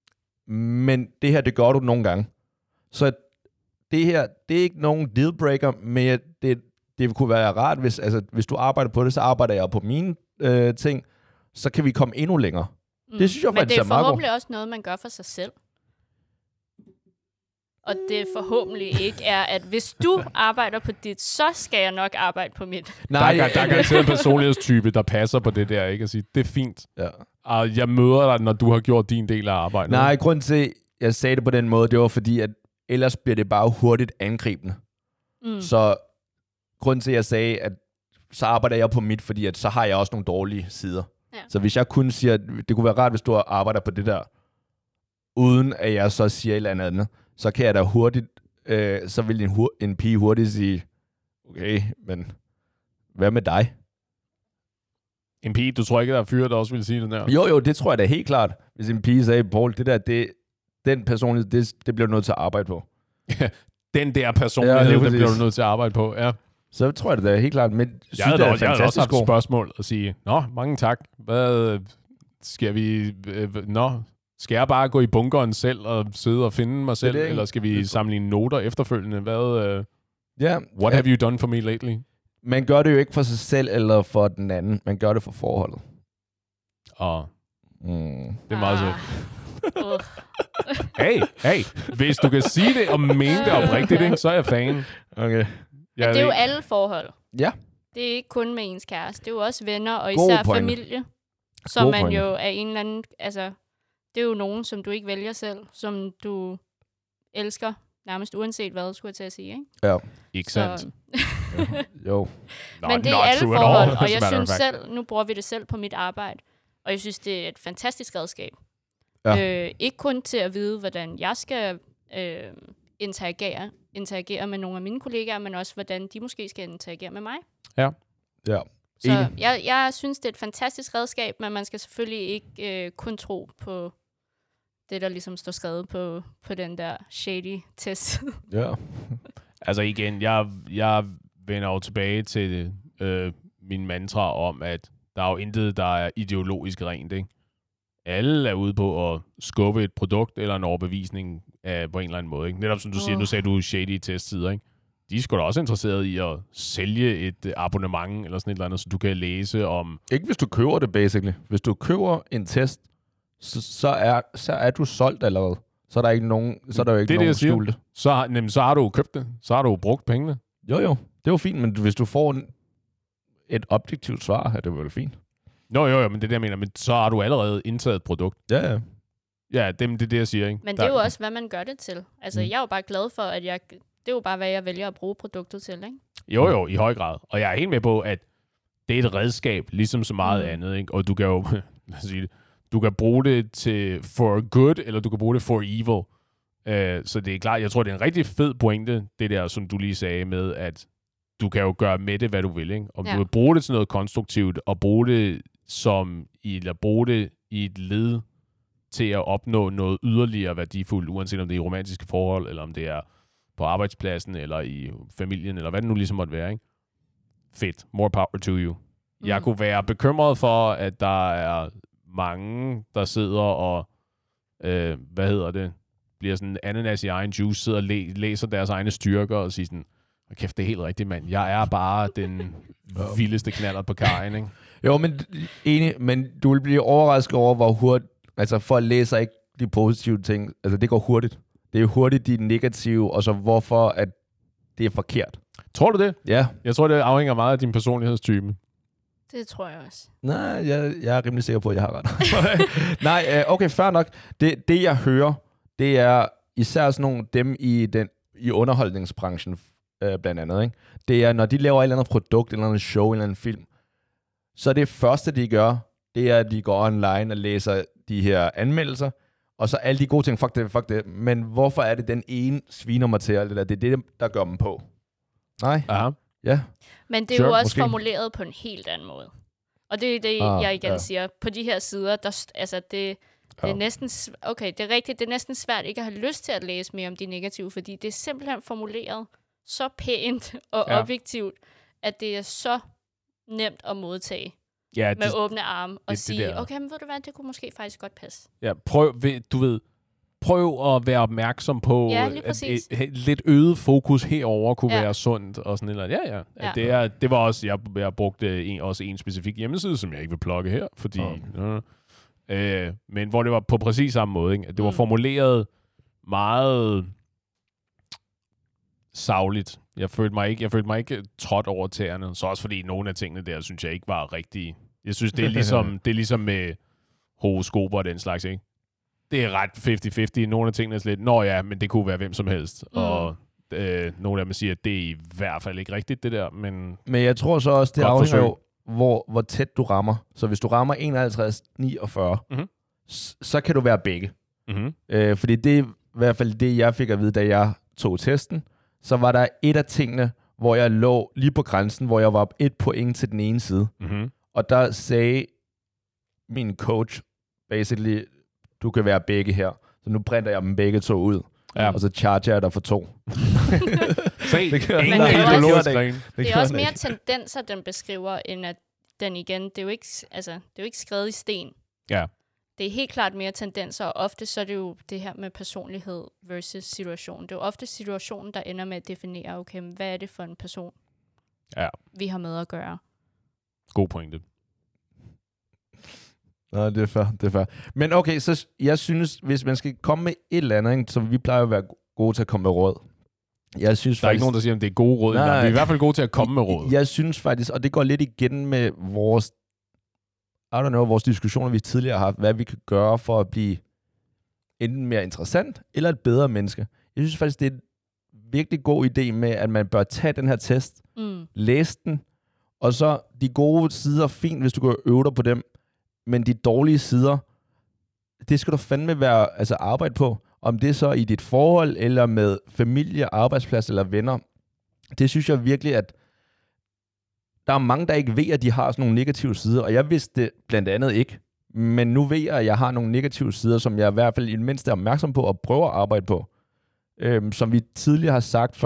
men det her, det gør du nogle gange. Så det her, det er ikke nogen dealbreaker, men det, det kunne være rart, hvis, altså, hvis du arbejder på det, så arbejder jeg på mine øh, ting, så kan vi komme endnu længere. Mm. Det synes jeg Men faktisk det er er meget godt. forhåbentlig også noget, man gør for sig selv. Og det forhåbentlig ikke er, at hvis du arbejder på dit, så skal jeg nok arbejde på mit. Nej, Der er, der er garanteret en personlighedstype, der passer på det der, ikke? At sige, det er fint. ja. Og jeg møder dig, når du har gjort din del af arbejdet. Nej, grund til, at jeg sagde det på den måde, det var fordi, at ellers bliver det bare hurtigt angribende. Mm. Så grund til, at jeg sagde, at så arbejder jeg på mit, fordi at så har jeg også nogle dårlige sider. Ja. Så hvis jeg kun siger, at det kunne være rart, hvis du arbejder på det der, uden at jeg så siger et eller andet, så kan jeg da hurtigt, øh, så vil en, hur- en pige hurtigt sige, okay, men hvad med dig? En pige, du tror ikke, der er fyre, der også vil sige det der? Jo, jo, det tror jeg da helt klart. Hvis en pige sagde, Paul, det der, det, den personlighed, det, det bliver du nødt til at arbejde på. Den der personlighed, Ja, lige ja, den præcis. bliver du nødt til at arbejde på. Ja. Så tror jeg det da helt klart. Men Jeg synes, havde, det er da- jeg havde også fantastisk haft et god. spørgsmål at sige, nå, mange tak. Hvad skal vi... Øh, nå, skal jeg bare gå i bunkeren selv og sidde og finde mig selv, det, ikke? eller skal vi sammenligne noter efterfølgende? Hvad, øh, Ja, what ja. have you done for me lately? Man gør det jo ikke for sig selv eller for den anden. Man gør det for forholdet. Og Mm. det er meget sødt. Ah. Uh. Hey, hey, hvis du kan sige det og mene det oprigtigt, ikke, så er jeg fan. Okay. Jeg Det er jo ved- alle forhold. Ja. Det er ikke kun med ens kæreste. Det er jo også venner, og God især pointe. familie. Som God man pointe. jo er en eller anden... Altså, det er jo nogen, som du ikke vælger selv, som du elsker, nærmest uanset hvad, skulle jeg til at sige, ikke? Ja. Ikke sandt. Så, Jo. Not- men det er not alle true at forhold, all, og as a jeg matter of synes fact. selv, nu bruger vi det selv på mit arbejde, og jeg synes, det er et fantastisk redskab. Ja. Øh, ikke kun til at vide, hvordan jeg skal øh, interagere, interagere med nogle af mine kollegaer, men også, hvordan de måske skal interagere med mig. Ja. Så Enig. jeg, jeg synes, det er et fantastisk redskab, men man skal selvfølgelig ikke øh, kun tro på det, der ligesom står skrevet på, på den der shady test. Ja. Altså igen, jeg, jeg vender jo tilbage til øh, min mantra om, at der er jo intet, der er ideologisk rent, ikke? Alle er ude på at skubbe et produkt eller en overbevisning af, på en eller anden måde, ikke? Netop som du oh. siger, nu sagde du shady testsider, ikke? De er sgu da også interesseret i at sælge et uh, abonnement eller sådan et eller andet, så du kan læse om... Ikke hvis du køber det, basically. Hvis du køber en test, så, så, er, så er du solgt allerede. Så er der ikke nogen, så er der jo ikke det er nogen det, skjulte. Så, har, nem, så har du købt det. Så har du brugt pengene. Jo, jo. Det er jo fint, men hvis du får en, et objektivt svar, er det vel fint. Jo, jo, jo, men det er det, jeg mener. Men så har du allerede indtaget et produkt. Ja, ja. Ja, det, det er det, jeg siger, ikke? Men det er jo også, hvad man gør det til. Altså, Mm. jeg er jo bare glad for, at jeg... Det er jo bare, hvad jeg vælger at bruge produktet til, ikke? Jo, jo, i høj grad. Og jeg er helt med på, at det er et redskab, ligesom så meget Mm. andet, ikke? Og du kan jo, lad os sige det, du kan bruge det til for good, eller du kan bruge det for evil. Uh, så det er klart, jeg tror, det er en rigtig fed pointe, det der, som du lige sagde med, at du kan jo gøre med det, hvad du vil, ikke? Om Ja. du vil bruge det til noget konstruktivt, og bruge det som, eller bruge det i et led til at opnå noget yderligere værdifuldt, uanset om det er i romantiske forhold, eller om det er på arbejdspladsen, eller i familien, eller hvad det nu ligesom måtte være, ikke? Fedt. More power to you. Mm. Jeg kunne være bekymret for, at der er mange, der sidder og, øh, hvad hedder det, bliver sådan ananas i egen juice, sidder og læ- læser deres egne styrker og siger sådan, kæft, det er helt rigtigt, mand. Jeg er bare den vildeste knaller på kajen, ikke? Jo, men enig, men du vil blive overrasket over, hvor hurtigt, altså folk læser ikke de positive ting, altså det går hurtigt. Det er hurtigt de negative, og så hvorfor at det er forkert. Tror du det? Ja. Jeg tror, det afhænger meget af din personlighedstype. Det tror jeg også. Nej, jeg, jeg er rimelig sikker på, at jeg har ret. Nej, øh, okay, fair nok. Det, det, jeg hører, det er især sådan nogle, dem i, den, i underholdningsbranchen, øh, blandt andet, ikke? Det er, når de laver et eller andet produkt, et eller andet show, en eller anden film, så det første, de gør, det er, at de går online og læser de her anmeldelser, og så alle de gode ting, fuck det, fuck det. Men hvorfor er det den ene sviner mig til alt det der? Det er det, der gør dem på. Nej. Aha. Ja. Men det er Sure, jo også måske. formuleret på en helt anden måde. Og det er det, Ah, jeg igen ja. siger. På de her sider, der, st- altså det, det Ja. er næsten... s- Okay, det er rigtigt. Det er næsten svært ikke at have lyst til at læse mere om de negative, fordi det er simpelthen formuleret så pænt og Ja. objektivt, at det er så nemt at modtage Ja, med det, åbne arme og det- det sige, der. okay, men ved du hvad, det kunne måske faktisk godt passe. ja, prøv, ved- du ved, prøv at være opmærksom på, Ja, lige at præcis. et, et, lidt øget fokus herover kunne Ja. være sundt og sådan noget. Ja, ja. Ja. ja. Det, er, det var også, jeg, jeg brugte en, også en specifik hjemmeside, som jeg ikke vil plukke her, fordi... Oh. Øh, øh, men hvor det var på præcis samme måde. Ikke? At det var Mm. formuleret meget sagligt. Jeg følte mig ikke, jeg følte mig ikke trådt over tæerne. Så også fordi nogle af tingene der, synes jeg ikke var rigtige. Jeg synes, det er ligesom, det er ligesom med horoskoper og den slags, ikke? Det er ret halvtreds halvtreds. Nogle af tingene er lidt, nå ja, men det kunne være hvem som helst. Mm. Og øh, nogle af dem siger, at det er i hvert fald ikke rigtigt, det der. Men Men jeg tror så også, det Godt afhænger forsøg. jo, hvor, hvor tæt du rammer. Så hvis du rammer enoghalvtreds niogfyrre, Mhm. s- så kan du være begge. mm-hmm. Øh, fordi det er i hvert fald det, jeg fik at vide, da jeg tog testen. Så var der et af tingene, hvor jeg lå lige på grænsen, hvor jeg var et point til den ene side. Mm-hmm. Og der sagde min coach, basically, du kan være begge her. Så nu printer jeg dem begge to ud. Ja. Og så charger jeg dig for to. Se, Det gør- ingen Men det er også- ideologisk det gør ren. Det er gør også den mere ikke. tendenser, den beskriver, end at den igen, det er jo ikke, altså, det er jo ikke skrevet i sten. Ja. Det er helt klart mere tendenser, og ofte så er det jo det her med personlighed versus situation. Det er jo ofte situationen, der ender med at definere, okay, men hvad er det for en person, Ja. vi har med at gøre. God pointe. Nå, det er fair, det er fair. Men okay, så jeg synes, hvis man skal komme med et eller andet, ikke, så vi plejer at være gode til at komme med råd. Jeg synes Der er faktisk, ikke nogen, der siger, at det er gode råd. Nej. Nej. Vi er i hvert fald gode til at komme med råd. Jeg synes faktisk, og det går lidt igen med vores, I don't know, vores diskussioner, vi tidligere har haft, hvad vi kan gøre for at blive enten mere interessant, eller et bedre menneske. Jeg synes faktisk, det er en virkelig god idé med, at man bør tage den her test, Mm. læse den, og så de gode sider, fint, hvis du kan øve dig på dem, men de dårlige sider, det skal du fandme være, altså arbejde på. Om det er så i dit forhold, eller med familie, arbejdsplads eller venner. Det synes jeg virkelig, at der er mange, der ikke ved, at de har sådan nogle negative sider, og jeg vidste det blandt andet ikke. Men nu ved jeg, at jeg har nogle negative sider, som jeg i hvert fald i det mindste er opmærksom på og prøver at arbejde på. Øhm, som vi tidligere har sagt før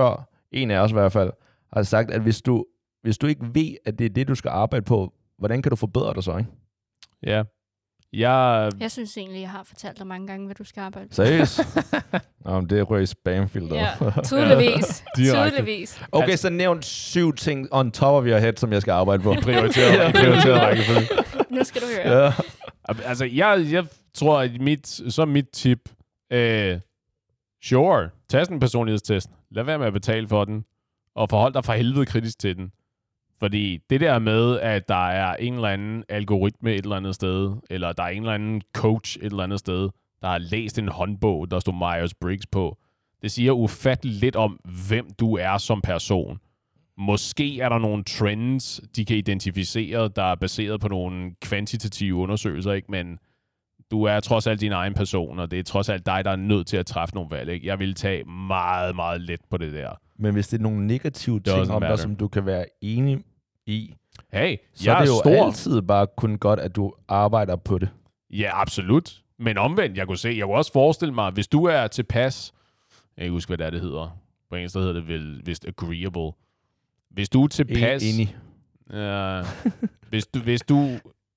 en af os i hvert fald, har sagt, at hvis du, hvis du ikke ved, at det er det, du skal arbejde på, hvordan kan du forbedre dig så, ikke? Ja. Jeg... Jeg synes egentlig, jeg har fortalt dig mange gange, hvad du skal arbejde på. Seriøst? Nå, men det er røg i spamfilter. Ja, tydeligvis. Direkte. tydeligvis. Okay, så nævn syv ting on top of your head, som jeg skal arbejde på. prioriterer, prioriterer rækkefølge. Nu skal du høre. Ja. Altså, jeg, jeg tror, at mit, så mit tip, øh, sure, tag sådan en personlighedstest. Lad være med at betale for den, og forhold dig for helvede kritisk til den. Fordi det der med, at der er en eller anden algoritme et eller andet sted, eller der er en eller anden coach et eller andet sted, der har læst en håndbog, der står Myers-Briggs på, det siger ufatteligt lidt om, hvem du er som person. Måske er der nogle trends, de kan identificere, der er baseret på nogle kvantitative undersøgelser, ikke? Men du er trods alt din egen person, og det er trods alt dig, der er nødt til at træffe nogle valg. Ikke? Jeg vil tage meget, meget let på det der. Men hvis det er nogle negative ting om matter. dig, som du kan være enig i, Hey, så jeg er det er jo stor. altid bare kun godt, at du arbejder på det. Ja, absolut. Men omvendt, jeg kunne se, jeg kunne også forestille mig, hvis du er tilpas, jeg kan ikke huske, hvad det, er, det hedder. På engelsk hedder det vel vist agreeable. Hvis du er tilpas... Enig. Ja, hvis, du, hvis, du,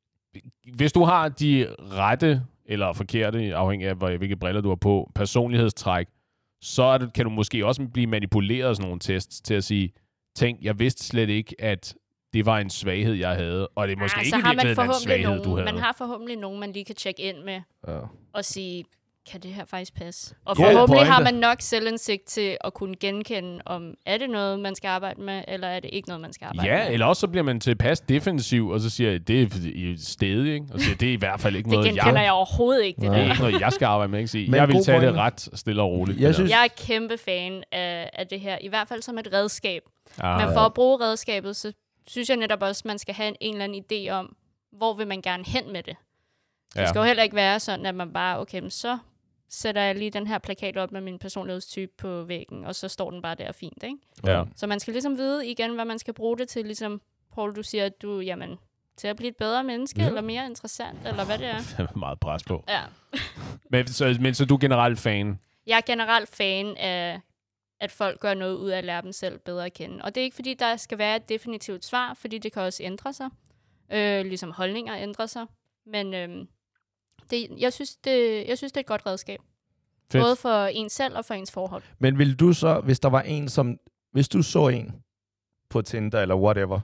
hvis du har de rette eller forkerte, afhængig af hvilke briller du har på, personlighedstræk, så er det, kan du måske også blive manipuleret af sådan nogle tests til at sige, tænk, jeg vidste slet ikke, at det var en svaghed, jeg havde, og det er måske Ja, ikke så har man virkelig en svaghed, nogen, du havde. Man har forhåbentlig nogen, man lige kan tjekke ind med Ja. og sige, kan det her faktisk passe? Og God forhåbentlig pointe. har man nok selvindsigt til at kunne genkende, om er det noget, man skal arbejde med, eller er det ikke noget, man skal arbejde Ja, med. eller også så bliver man tilpas defensiv, og så siger jeg, det er stedig, ikke? Og siger, det er i hvert fald ikke Det noget, genkender jeg, jeg overhovedet ikke, det det er der. ikke noget, jeg skal arbejde med. Ikke? Sige, Men jeg vil god tage det pointe. ret stille og roligt. Jeg det synes- der. Jeg er kæmpe fan af, af det her, i hvert fald som et redskab. Ah, Men for at bruge redskabet, så synes jeg netop også, at man skal have en, en eller anden idé om, hvor vil man gerne hen med det. Så ja. det skal jo heller ikke være sådan, at man bare, okay, men så sætter jeg lige den her plakat op med min personlighedstype på væggen, og så står den bare der fint, ikke? Ja. Så man skal ligesom vide igen, hvad man skal bruge det til, ligesom Paul, du siger, at du, jamen, til at blive et bedre menneske, Ja. ja. eller mere interessant, eller hvad det er. Der er meget pres på. Ja. Men så, men så du er generelt fan? Jeg er generelt fan af, at folk gør noget ud af at lære dem selv bedre at kende. Og det er ikke, fordi der skal være et definitivt svar, fordi det kan også ændre sig. Øh, ligesom holdninger ændrer sig. Men øh, det, jeg, synes, det, jeg synes, det er et godt redskab. Fedt. Både for en selv og for ens forhold. Men vil du så, hvis der var en, som... Hvis du så en på Tinder eller whatever,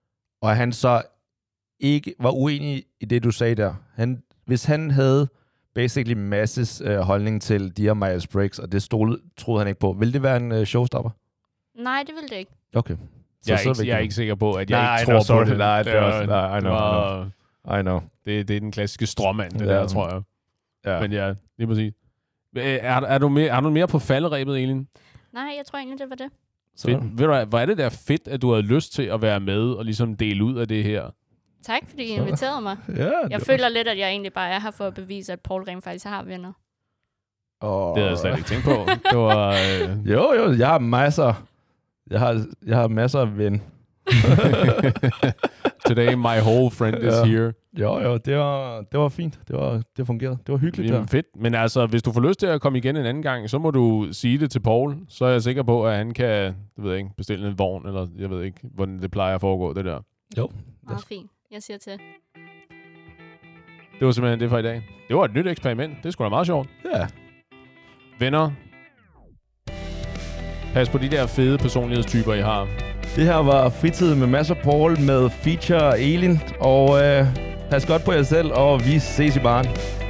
og han så ikke var uenig i det, du sagde der. Han, hvis han havde basically masses øh, holdning til de her Myers-Briggs, og det stod, troede han ikke på, ville det være en øh, showstopper? Nej, det vil det ikke. Okay. Jeg er, så ikke, jeg er ikke sikker på, at jeg Nej, ikke no, tror sorry. på det. Nej, det er også- nej, I det, know, var, I know. det, det er den klassiske stråmand, det Ja. der, tror jeg. Ja. Men ja, lige præcis. Øh, Er, er, du mere, er du mere på falderæbet, Elin? Nej, jeg tror egentlig, det var det. Så, Fedt. Ved du hvad, hvor er det der fedt, at du havde lyst til at være med og ligesom dele ud af det her? Tak, fordi I inviterede mig. ja, Jeg det føler lidt, at jeg egentlig bare er her for at bevise, at Paul rent faktisk har venner. var, Det havde jeg slet ikke tænkt på. Det var... Øh, Jo, jo, jeg har masser. Jeg har, jeg har masser af ven. Today my whole friend is Ja. here. Jo, jo, det var, det var fint. Det var, det fungerede. Det var hyggeligt Jamen, der. fedt. Men altså, hvis du får lyst til at komme igen en anden gang, så må du sige det til Paul. Så er jeg sikker på, at han kan, det ved jeg ikke, bestille en vogn, eller jeg ved ikke, hvordan det plejer at foregå, det der. Jo. Meget fint. Jeg siger til. Det var simpelthen det for i dag. Det var et nyt eksperiment. Det er sgu da meget sjovt. Ja. Venner, pas på de der fede personlighedstyper, I har. Det her var Fritid med Mads og Paul med feature Elin. Og øh, pas godt på jer selv, og vi ses i baren.